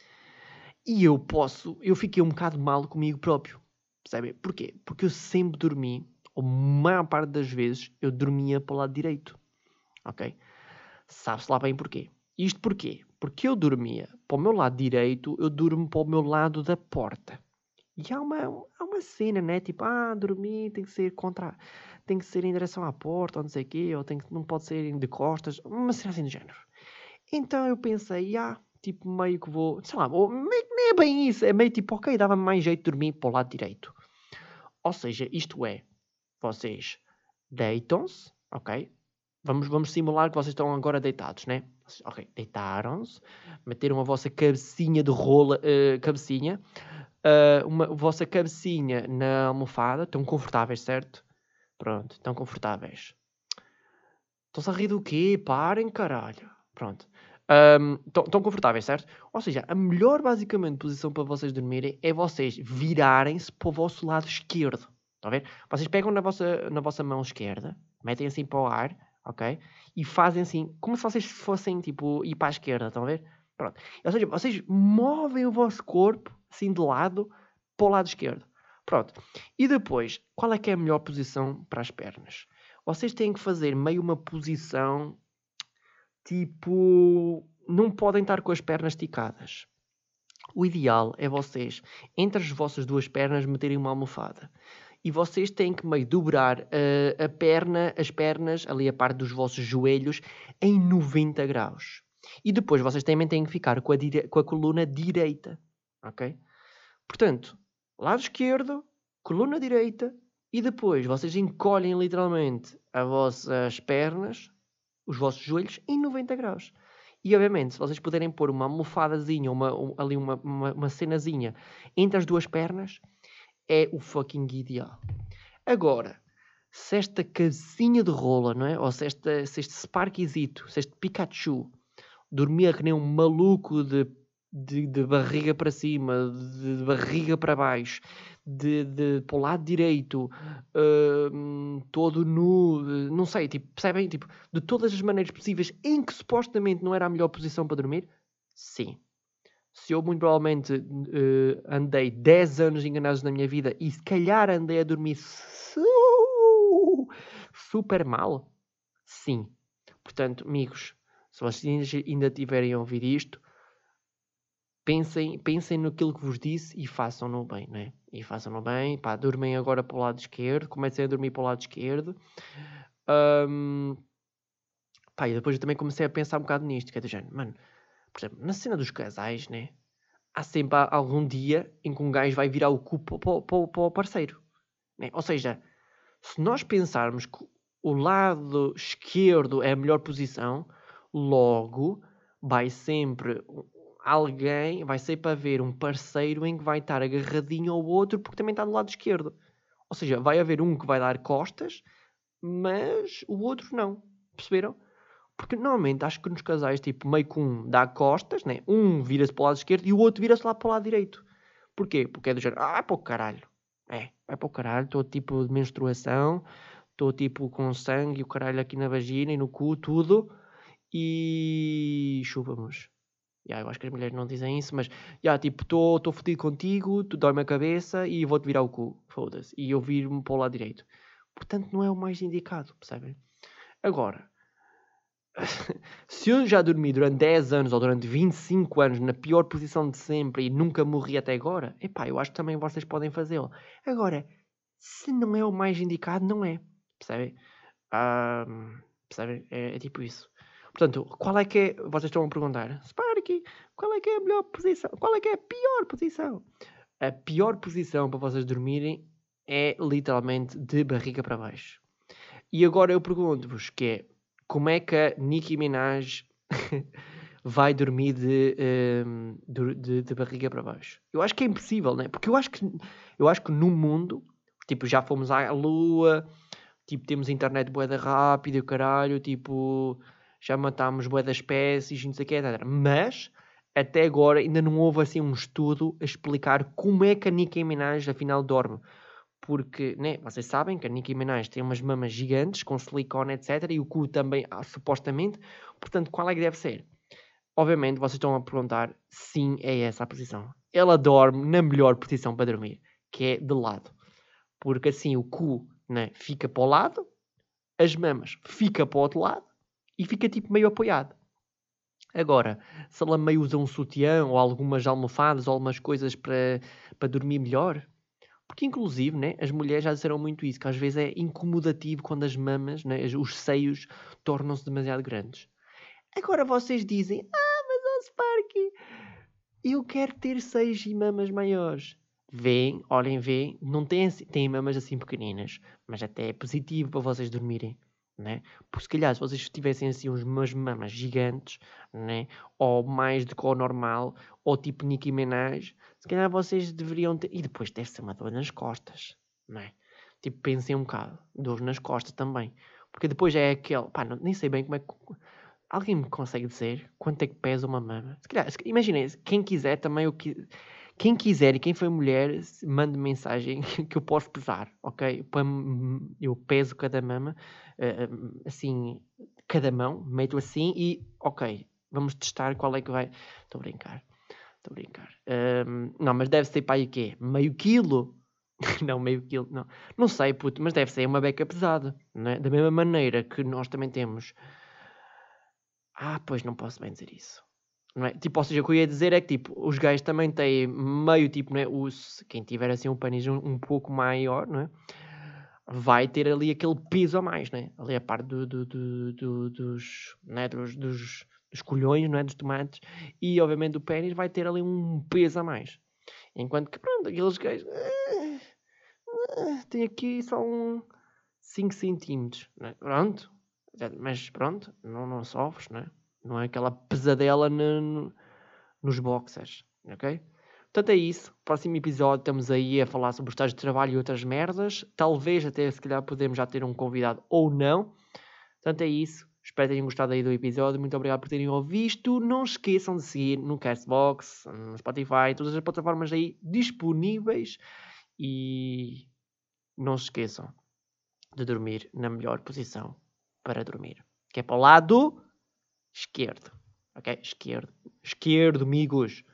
eu fiquei um bocado mal comigo próprio. Percebem? Porquê? Porque eu sempre dormi, ou a maior parte das vezes, eu dormia para o lado direito. Ok? Sabe-se lá bem porquê. Isto porquê? Porque eu dormia para o meu lado direito, eu durmo para o meu lado da porta. E há uma cena, né? Tipo, dormir tem que ser em direção à porta, ou não sei o quê, ou não pode ser de costas, uma cena assim do género. Então eu pensei, tipo, meio que vou, sei lá, meio que nem é bem isso, é meio tipo, ok, dava-me mais jeito de dormir para o lado direito. Ou seja, isto é, vocês deitam-se, ok? Vamos simular que vocês estão agora deitados, né? Ok, deitaram-se, meteram a vossa cabecinha de rola, a vossa cabecinha na almofada, estão confortáveis, certo? Pronto, estão confortáveis. Estão-se a rir do quê? Parem, caralho. Pronto. Estão confortáveis, certo? Ou seja, a melhor, basicamente, posição para vocês dormirem é vocês virarem-se para o vosso lado esquerdo. Estão a ver? Vocês pegam na vossa mão esquerda, metem assim para o ar, ok? E fazem assim, como se vocês fossem, tipo, ir para a esquerda, estão a ver? Pronto. Ou seja, vocês movem o vosso corpo, assim, de lado, para o lado esquerdo. Pronto. E depois, qual é que é a melhor posição para as pernas? Vocês têm que fazer meio uma posição, tipo, não podem estar com as pernas esticadas. O ideal é vocês, entre as vossas duas pernas, meterem uma almofada. E vocês têm que meio dobrar as pernas, ali a parte dos vossos joelhos, em 90 graus. E depois vocês também têm que ficar com a coluna direita, ok? Portanto, lado esquerdo, coluna direita, e depois vocês encolhem literalmente as vossas pernas, os vossos joelhos, em 90 graus. E obviamente, se vocês puderem pôr uma almofadazinha, ali uma cenazinha entre as duas pernas, é o fucking ideal. Agora, se esta casinha de rola, não é? Ou se este Sparkyzito, se este Pikachu dormia que nem um maluco de barriga para cima, de barriga para baixo, para o lado direito, todo nu, não sei, tipo, percebem? Tipo, de todas as maneiras possíveis em que supostamente não era a melhor posição para dormir? Sim. Se eu muito provavelmente andei 10 anos enganados na minha vida e se calhar andei a dormir super mal, sim. Portanto, amigos, se vocês ainda tiverem a ouvir isto, pensem naquilo que vos disse e façam-no bem, não é? E façam-no bem, pá, dormem agora para o lado esquerdo, comecem a dormir para o lado esquerdo. Pá, e depois eu também comecei a pensar um bocado nisto, que é do género, mano, por exemplo, na cena dos casais, né? Há sempre algum dia em que um gajo vai virar o cu para o parceiro, né? Ou seja, se nós pensarmos que o lado esquerdo é a melhor posição, logo vai sempre alguém, vai ser para ver um parceiro em que vai estar agarradinho ao outro porque também está do lado esquerdo. Ou seja, vai haver um que vai dar costas, mas o outro não. Perceberam? Porque normalmente acho que nos casais, tipo, meio que um dá costas, né? Um vira-se para o lado esquerdo e o outro vira-se lá para o lado direito. Porquê? Porque é do género, é para o caralho. É para o caralho, estou tipo de menstruação, estou tipo com sangue e o caralho aqui na vagina e no cu, tudo. E chupa-nos. Eu acho que as mulheres não dizem isso, mas tipo, estou fodido contigo, tu dói-me a cabeça e vou-te virar o cu. Foda-se. E eu viro-me para o lado direito. Portanto, não é o mais indicado, percebem? Agora, se eu já dormi durante 10 anos ou durante 25 anos na pior posição de sempre e nunca morri até agora, epá, eu acho que também vocês podem fazê-lo. Agora, se não é o mais indicado, não é. Percebem? Percebem? É tipo isso. Portanto, qual é que é... Vocês estão a perguntar, Sparky, qual é que é a melhor posição? Qual é que é a pior posição? A pior posição para vocês dormirem é literalmente de barriga para baixo. E agora eu pergunto-vos que é, como é que a Nicki Minaj vai dormir de barriga para baixo? Eu acho que é impossível, né? Porque eu acho que no mundo, tipo, já fomos à Lua, tipo, temos internet bué da rápida e o caralho, tipo, já matámos bué das espécies, não sei o que, etc. Mas, até agora, ainda não houve assim um estudo a explicar como é que a Nicki Minaj afinal dorme. Porque, né, vocês sabem que a Nicki Minaj tem umas mamas gigantes, com silicone, etc. E o cu também, supostamente. Portanto, qual é que deve ser? Obviamente, vocês estão a perguntar, sim, é essa a posição. Ela dorme na melhor posição para dormir, que é de lado. Porque assim o cu, né, fica para o lado, as mamas fica para o outro lado e fica tipo meio apoiado. Agora, se ela meio usa um sutiã ou algumas almofadas ou algumas coisas para dormir melhor, porque inclusive, né, as mulheres já disseram muito isso, que às vezes é incomodativo quando as mamas, né, os seios, tornam-se demasiado grandes. Agora vocês dizem, mas ó Sparky, eu quero ter seios e mamas maiores. Veem, não têm mamas assim pequeninas, mas até é positivo para vocês dormirem, né? Porque se calhar se vocês tivessem assim umas mamas gigantes, né? Ou mais do que o normal, ou tipo Nicki Minaj, se calhar vocês deveriam ter... E depois deve ser uma dor nas costas, não é? Tipo, pensem um bocado, dor nas costas também. Porque depois é aquele... Pá, nem sei bem como é que... Alguém me consegue dizer quanto é que pesa uma mama? Se calhar, imaginem, quem quiser também o que... Quem quiser e quem foi mulher, mande mensagem que eu posso pesar, ok? Eu peso cada mama, assim, cada mão, meto assim e, ok, vamos testar qual é que vai... Estou a brincar. Não, mas deve ser para aí o quê? Meio quilo? Não, meio quilo, não. Não sei, puto, mas deve ser uma beca pesada, não é? Da mesma maneira que nós também temos... pois não posso bem dizer isso. Não é? Tipo, ou seja, o que eu ia dizer é que tipo, os gajos também têm meio tipo, não é? Quem tiver assim um pênis um pouco maior, não é? Vai ter ali aquele peso a mais, né? Ali a parte dos, né? dos colhões, não é? Dos tomates. E, obviamente, o pênis vai ter ali um peso a mais. Enquanto que, pronto, aqueles gajos... tem aqui só 5 centímetros, não é? Pronto. Mas, pronto, não sofres, não é? Não é aquela pesadela nos boxers, ok? Portanto é isso. Próximo episódio estamos aí a falar sobre os estágios de trabalho e outras merdas. Talvez até se calhar podemos já ter um convidado ou não. Portanto é isso. Espero que tenham gostado aí do episódio. Muito obrigado por terem ouvido. Não esqueçam de seguir no Castbox, no Spotify, todas as plataformas aí disponíveis. E não se esqueçam de dormir na melhor posição para dormir. Que é para o lado esquerdo. Ok? Esquerdo. Esquerdo, amigos.